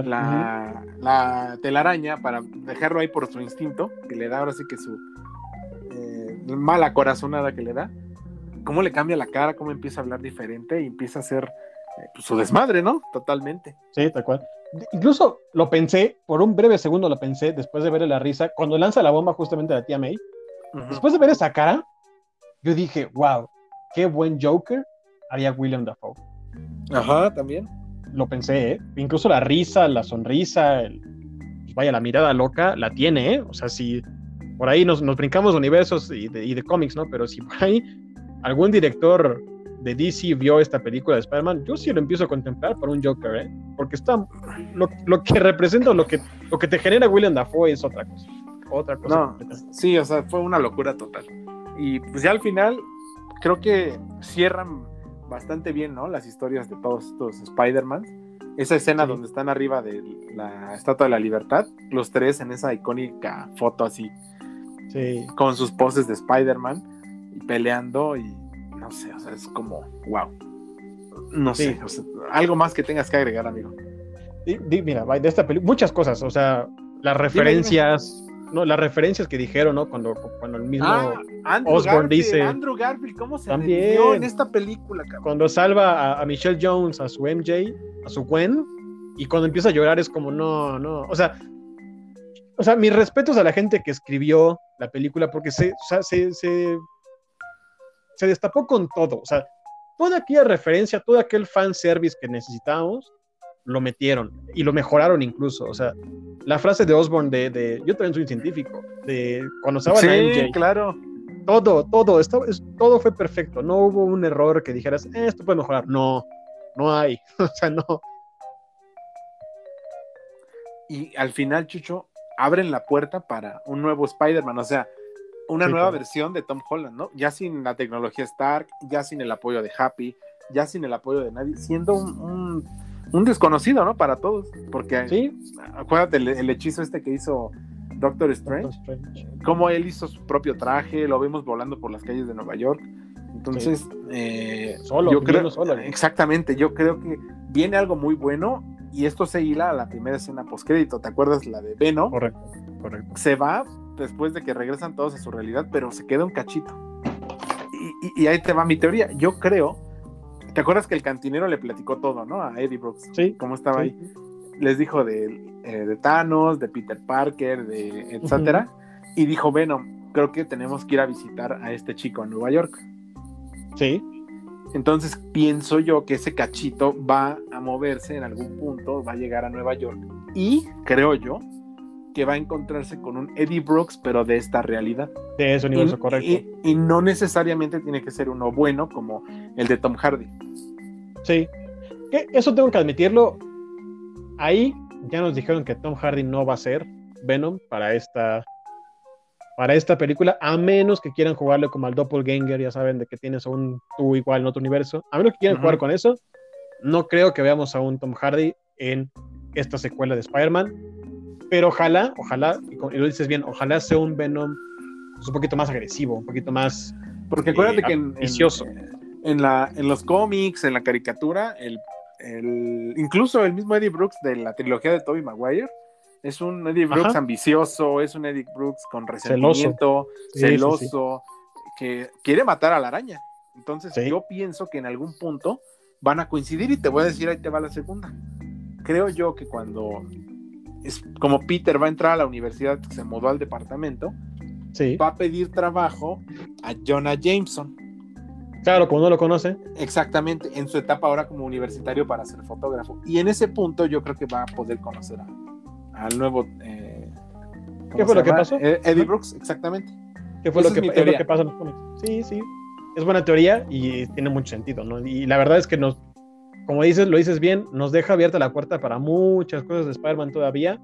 la telaraña para dejarlo ahí por su instinto, que le da ahora sí que su mala corazonada que le da, cómo le cambia la cara, cómo empieza a hablar diferente y empieza a hacer su desmadre, ¿no? Totalmente. Sí, tal cual. Incluso lo pensé, por un breve segundo lo pensé, después de verle la risa, cuando lanza la bomba justamente a la tía May, después de ver esa cara, yo dije, wow, qué buen Joker haría William Dafoe. Ajá, también. Lo pensé, ¿eh? Incluso la risa, la sonrisa, pues vaya, la mirada loca, la tiene, ¿eh? O sea, si por ahí nos brincamos de universos y de cómics, ¿no? Pero si por ahí algún director de DC vio esta película de Spider-Man, yo sí lo empiezo a contemplar por un Joker, ¿eh? Porque está, lo que representa, lo que te genera William Dafoe es otra cosa. Otra cosa. No, sí, o sea, fue una locura total. Y pues ya al final, creo que cierran bastante bien, ¿no? Las historias de todos estos Spider-Man. Esa escena donde están arriba de la Estatua de la Libertad, los tres en esa icónica foto así, con sus poses de Spider-Man, y peleando, y no sé, o sea, es como, wow. No sé, o sea, algo más que tengas que agregar, amigo. Mira, de esta película, muchas cosas, o sea, las referencias, ¿no? Las referencias que dijeron, ¿no? Cuando el mismo Osborn dice... Andrew Garfield, ¿cómo se también en esta película, cabrón? Cuando salva a Michelle Jones, a su MJ, a su Gwen, y cuando empieza a llorar es como, no, o sea, mis respetos a la gente que escribió la película, porque se destapó con todo, o sea, toda aquella referencia, todo aquel fanservice que necesitábamos, lo metieron y lo mejoraron incluso, o sea, la frase de Osborn de yo también soy un científico, de cuando estaban a MJ, claro, todo fue perfecto, no hubo un error que dijeras, esto puede mejorar, no hay, o sea, no. Y al final, Chucho, abren la puerta para un nuevo Spider-Man, o sea, una nueva versión de Tom Holland, ¿no? Ya sin la tecnología Stark, ya sin el apoyo de Happy, ya sin el apoyo de nadie, siendo un desconocido, ¿no? Para todos, porque acuérdate el hechizo este que hizo Doctor Strange, cómo él hizo su propio traje, lo vemos volando por las calles de Nueva York, entonces exactamente, yo creo que viene algo muy bueno, y esto se hila a la primera escena postcrédito, ¿te acuerdas? La de Venom. Correcto. Se va después de que regresan todos a su realidad, pero se queda un cachito, y ahí te va mi teoría. Yo creo, ¿te acuerdas que el cantinero le platicó todo, ¿no? A Eddie Brooks, cómo estaba ahí, les dijo de Thanos, de Peter Parker, de etcétera, y dijo, Venom, creo que tenemos que ir a visitar a este chico en Nueva York. Sí. Entonces pienso yo que ese cachito va a moverse en algún punto, va a llegar a Nueva York, y creo yo que va a encontrarse con un Eddie Brooks, pero de esta realidad. De ese universo, correcto. Y no necesariamente tiene que ser uno bueno como el de Tom Hardy. Sí. Eso tengo que admitirlo. Ahí ya nos dijeron que Tom Hardy no va a ser Venom para esta película, a menos que quieran jugarle como al doppelganger, ya saben, de que tienes a un tú igual en otro universo. A menos que quieran jugar con eso, no creo que veamos a un Tom Hardy en esta secuela de Spider-Man. Pero ojalá, y lo dices bien, ojalá sea un Venom pues, un poquito más agresivo, un poquito más... Porque acuérdate que ambicioso. En los cómics, en la caricatura, incluso el mismo Eddie Brooks de la trilogía de Tobey Maguire, es un Eddie Brooks ambicioso, es un Eddie Brooks con resentimiento, celoso, que quiere matar a la araña. Entonces yo pienso que en algún punto van a coincidir, y te voy a decir, ahí te va la segunda. Creo yo que cuando... como Peter va a entrar a la universidad, se mudó al departamento, va a pedir trabajo a Jonah Jameson. Claro, como no lo conoce. Exactamente, en su etapa ahora como universitario para ser fotógrafo. Y en ese punto yo creo que va a poder conocer al nuevo... ¿Qué fue lo que pasó? Eddie Brooks, exactamente. ¿Qué fue lo que pasa en los cómics? Sí, es buena teoría y tiene mucho sentido, ¿no? Y la verdad es que como dices, lo dices bien, nos deja abierta la puerta para muchas cosas de Spider-Man todavía,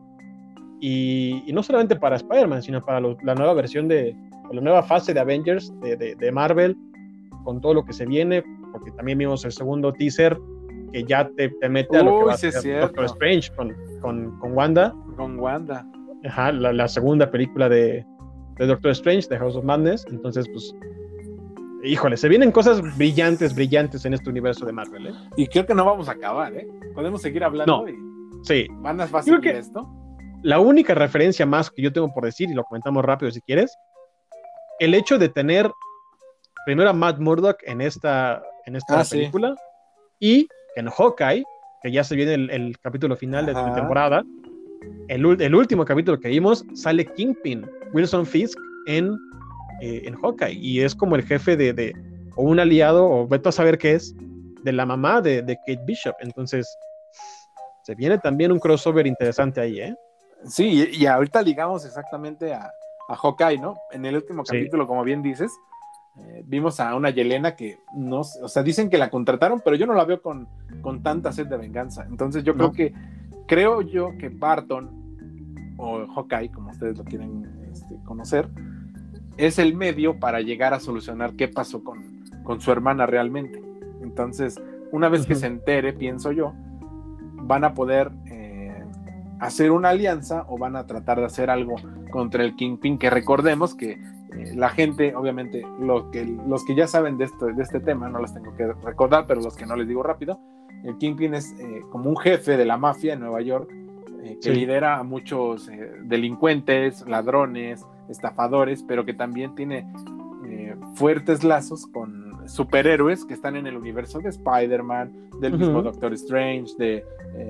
y no solamente para Spider-Man, sino para la nueva versión la nueva fase de Avengers de Marvel, con todo lo que se viene, porque también vimos el segundo teaser que ya te mete a lo que va a ser Doctor Strange con Wanda. Con Wanda. Ajá, la segunda película de Doctor Strange, de House of Madness. Entonces, pues, híjole, se vienen cosas brillantes en este universo de Marvel, ¿eh? Y creo que no vamos a acabar, ¿eh? Podemos seguir hablando. ¿Bandas va a seguir esto? La única referencia más que yo tengo por decir, y lo comentamos rápido si quieres, el hecho de tener primero a Matt Murdock en esta película, y que en Hawkeye que ya se viene el capítulo final de Ajá. temporada, el último capítulo que vimos, sale Kingpin, Wilson Fisk, en Hawkeye, y es como el jefe o un aliado, o vete a saber qué es, de la mamá de Kate Bishop. Entonces, se viene también un crossover interesante ahí, ¿eh? Sí, y ahorita ligamos exactamente a Hawkeye, ¿no? En el último Sí. capítulo, como bien dices, vimos a una Yelena que no, o sea, dicen que la contrataron, pero yo no la veo con tanta sed de venganza. Entonces yo No. creo yo que Barton o Hawkeye, como ustedes lo quieren conocer, es el medio para llegar a solucionar qué pasó con su hermana realmente. Entonces, una vez que se entere, pienso yo, van a poder hacer una alianza o van a tratar de hacer algo contra el Kingpin, que recordemos que la gente, obviamente, los que ya saben de este tema, no les tengo que recordar, pero los que no les digo rápido, el Kingpin es como un jefe de la mafia en Nueva York, que lidera a muchos delincuentes, ladrones, estafadores, pero que también tiene fuertes lazos con superhéroes que están en el universo de Spider-Man, del mismo Doctor Strange, de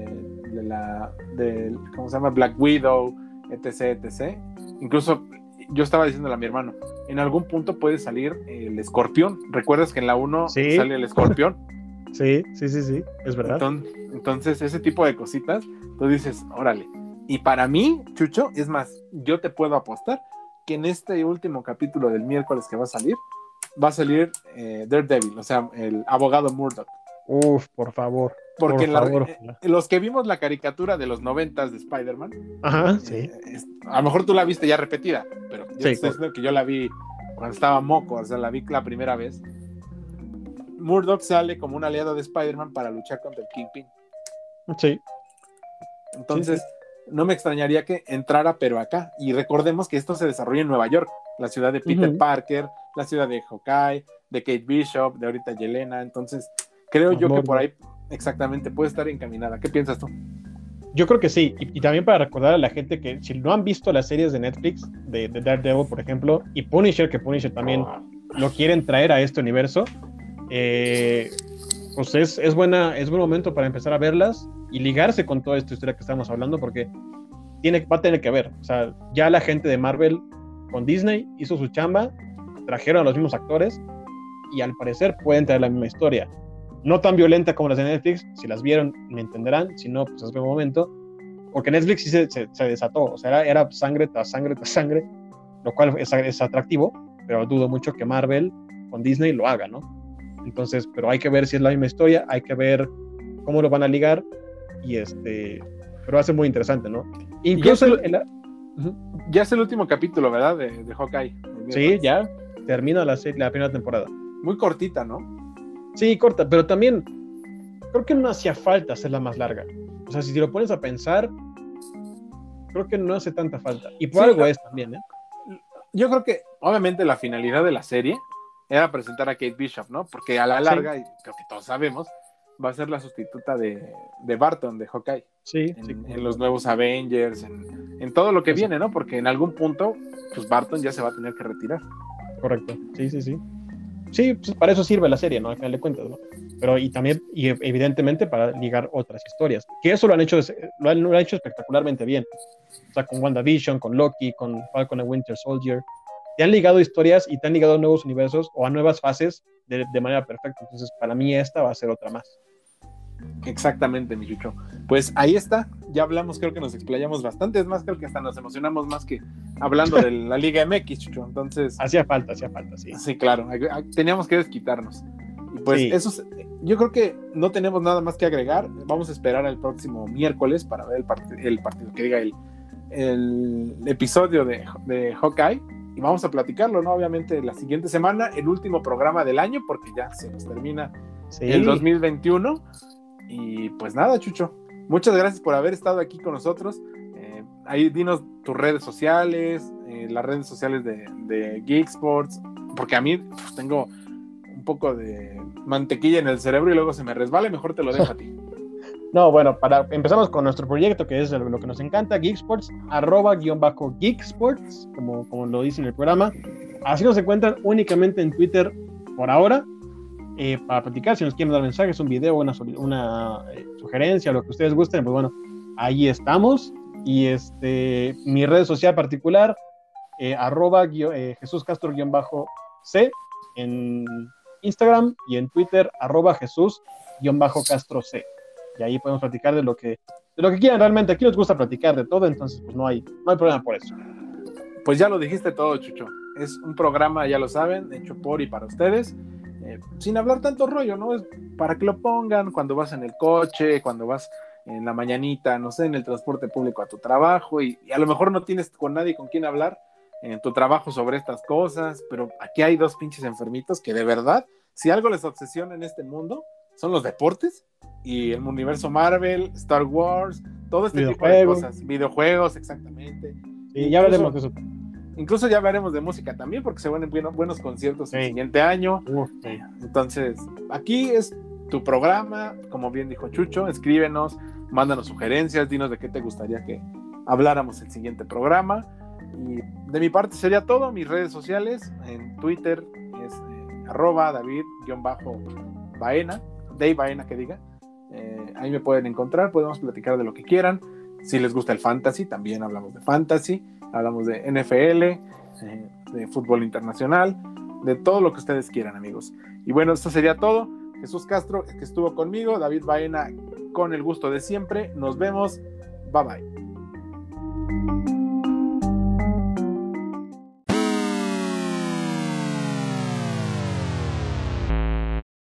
¿cómo se llama? Black Widow, etc, etc. Incluso yo estaba diciéndole a mi hermano, en algún punto puede salir el Escorpión. ¿Recuerdas que en la 1 sale el Escorpión? Sí, es verdad. Entonces, ese tipo de cositas, tú dices, órale. Y para mí, Chucho, es más, yo te puedo apostar que en este último capítulo del miércoles que va a salir Daredevil, o sea, el abogado Murdoch. Uf, por favor. Porque por favor. Los que vimos la caricatura de los 90s de Spider-Man, ajá, sí. A lo mejor tú la viste ya repetida, pero yo sí, estoy diciendo que yo la vi cuando estaba moco, o sea, la vi la primera vez. Murdoch sale como un aliado de Spider-Man para luchar contra el Kingpin. Sí. Entonces, no me extrañaría que entrara, pero acá. Y recordemos que esto se desarrolla en Nueva York, la ciudad de Peter Parker, la ciudad de Hawkeye, de Kate Bishop, de ahorita Yelena. Entonces, creo yo que por ahí exactamente puede estar encaminada. ¿Qué piensas tú? Yo creo que sí, y también para recordar a la gente que si no han visto las series de Netflix, de Daredevil, por ejemplo, y Punisher, que Punisher también lo quieren traer a este universo, pues es buen momento para empezar a verlas y ligarse con toda esta historia que estamos hablando, porque va a tener que ver. O sea, ya la gente de Marvel con Disney hizo su chamba, trajeron a los mismos actores y al parecer pueden traer la misma historia. No tan violenta como las de Netflix, si las vieron me entenderán, si no, pues es buen momento, porque Netflix sí se desató, o sea, era sangre tras sangre tras sangre, lo cual es atractivo, pero dudo mucho que Marvel con Disney lo haga, ¿no? Entonces, pero hay que ver si es la misma historia, hay que ver cómo lo van a ligar, y pero va a ser muy interesante, ¿no? Incluso ya es el último capítulo, ¿verdad? De Hawkeye. Sí, ya termina la primera temporada. Muy cortita, ¿no? Sí, corta, pero también creo que no hacía falta hacerla más larga. O sea, si te lo pones a pensar, creo que no hace tanta falta. Y por algo es también, ¿eh? Yo creo que, obviamente, la finalidad de la serie era presentar a Kate Bishop, ¿no? Porque a la larga, y creo que todos sabemos, va a ser la sustituta de Barton, de Hawkeye. Sí. En los nuevos Avengers, en todo lo que viene, ¿no? Porque en algún punto, pues Barton ya se va a tener que retirar. Correcto, sí. Sí, pues para eso sirve la serie, ¿no? Al final de cuentas, ¿no? Pero y también, y evidentemente para ligar otras historias, que eso lo han hecho espectacularmente bien. O sea, con WandaVision, con Loki, con Falcon and Winter Soldier, te han ligado historias y te han ligado a nuevos universos o a nuevas fases de manera perfecta. Entonces, para mí esta va a ser otra más. Exactamente, mi Chucho. Pues ahí está, ya hablamos, creo que nos explayamos bastante, es más, creo que hasta nos emocionamos más que hablando de la Liga MX, Chucho. Entonces, hacía falta, sí. Sí, claro, teníamos que desquitarnos. Y pues eso, yo creo que no tenemos nada más que agregar. Vamos a esperar al próximo miércoles para ver el partido, que diga el episodio de Hawkeye, y vamos a platicarlo, ¿no? Obviamente la siguiente semana, el último programa del año, porque ya se nos termina el 2021. Y pues nada, Chucho, muchas gracias por haber estado aquí con nosotros. Ahí dinos tus redes sociales, las redes sociales de Geek Sports, porque a mí pues, tengo un poco de mantequilla en el cerebro y luego se me resbala, y mejor te lo dejo a ti. No, bueno, empezamos con nuestro proyecto, que es lo que nos encanta, Geek Sports, @Geek Sports, como lo dice en el programa. Así nos encuentran únicamente en Twitter por ahora. para platicar. Si nos quieren dar mensajes, un video, una sugerencia, lo que ustedes gusten, pues bueno, ahí estamos. Y mi red social particular, Jesús Castro-C en Instagram, y en Twitter, @Jesús-Castro-C. Y ahí podemos platicar de lo que quieran realmente. Aquí nos gusta platicar de todo, entonces pues no hay problema por eso. Pues ya lo dijiste todo, Chucho. Es un programa, ya lo saben, hecho por y para ustedes, sin hablar tanto rollo, ¿no? Es para que lo pongan cuando vas en el coche, cuando vas en la mañanita, no sé, en el transporte público a tu trabajo, y a lo mejor no tienes con nadie con quien hablar en tu trabajo sobre estas cosas, pero aquí hay dos pinches enfermitos que de verdad, si algo les obsesiona en este mundo, son los deportes y el universo Marvel, Star Wars, todo este tipo de cosas, videojuegos, exactamente. Sí, ya veremos de eso. Incluso ya veremos de música también, porque se van buenos conciertos el siguiente año. Entonces, aquí es tu programa, como bien dijo Chucho, escríbenos, mándanos sugerencias, dinos de qué te gustaría que habláramos el siguiente programa. Y de mi parte sería todo. Mis redes sociales, en Twitter es @David_Baena, Dave Baena que diga. Ahí me pueden encontrar, podemos platicar de lo que quieran. Si les gusta el fantasy, también hablamos de fantasy, hablamos de NFL, de fútbol internacional, de todo lo que ustedes quieran, amigos. Y bueno, esto sería todo. Jesús Castro, que estuvo conmigo, David Baena, con el gusto de siempre. Nos vemos. Bye bye.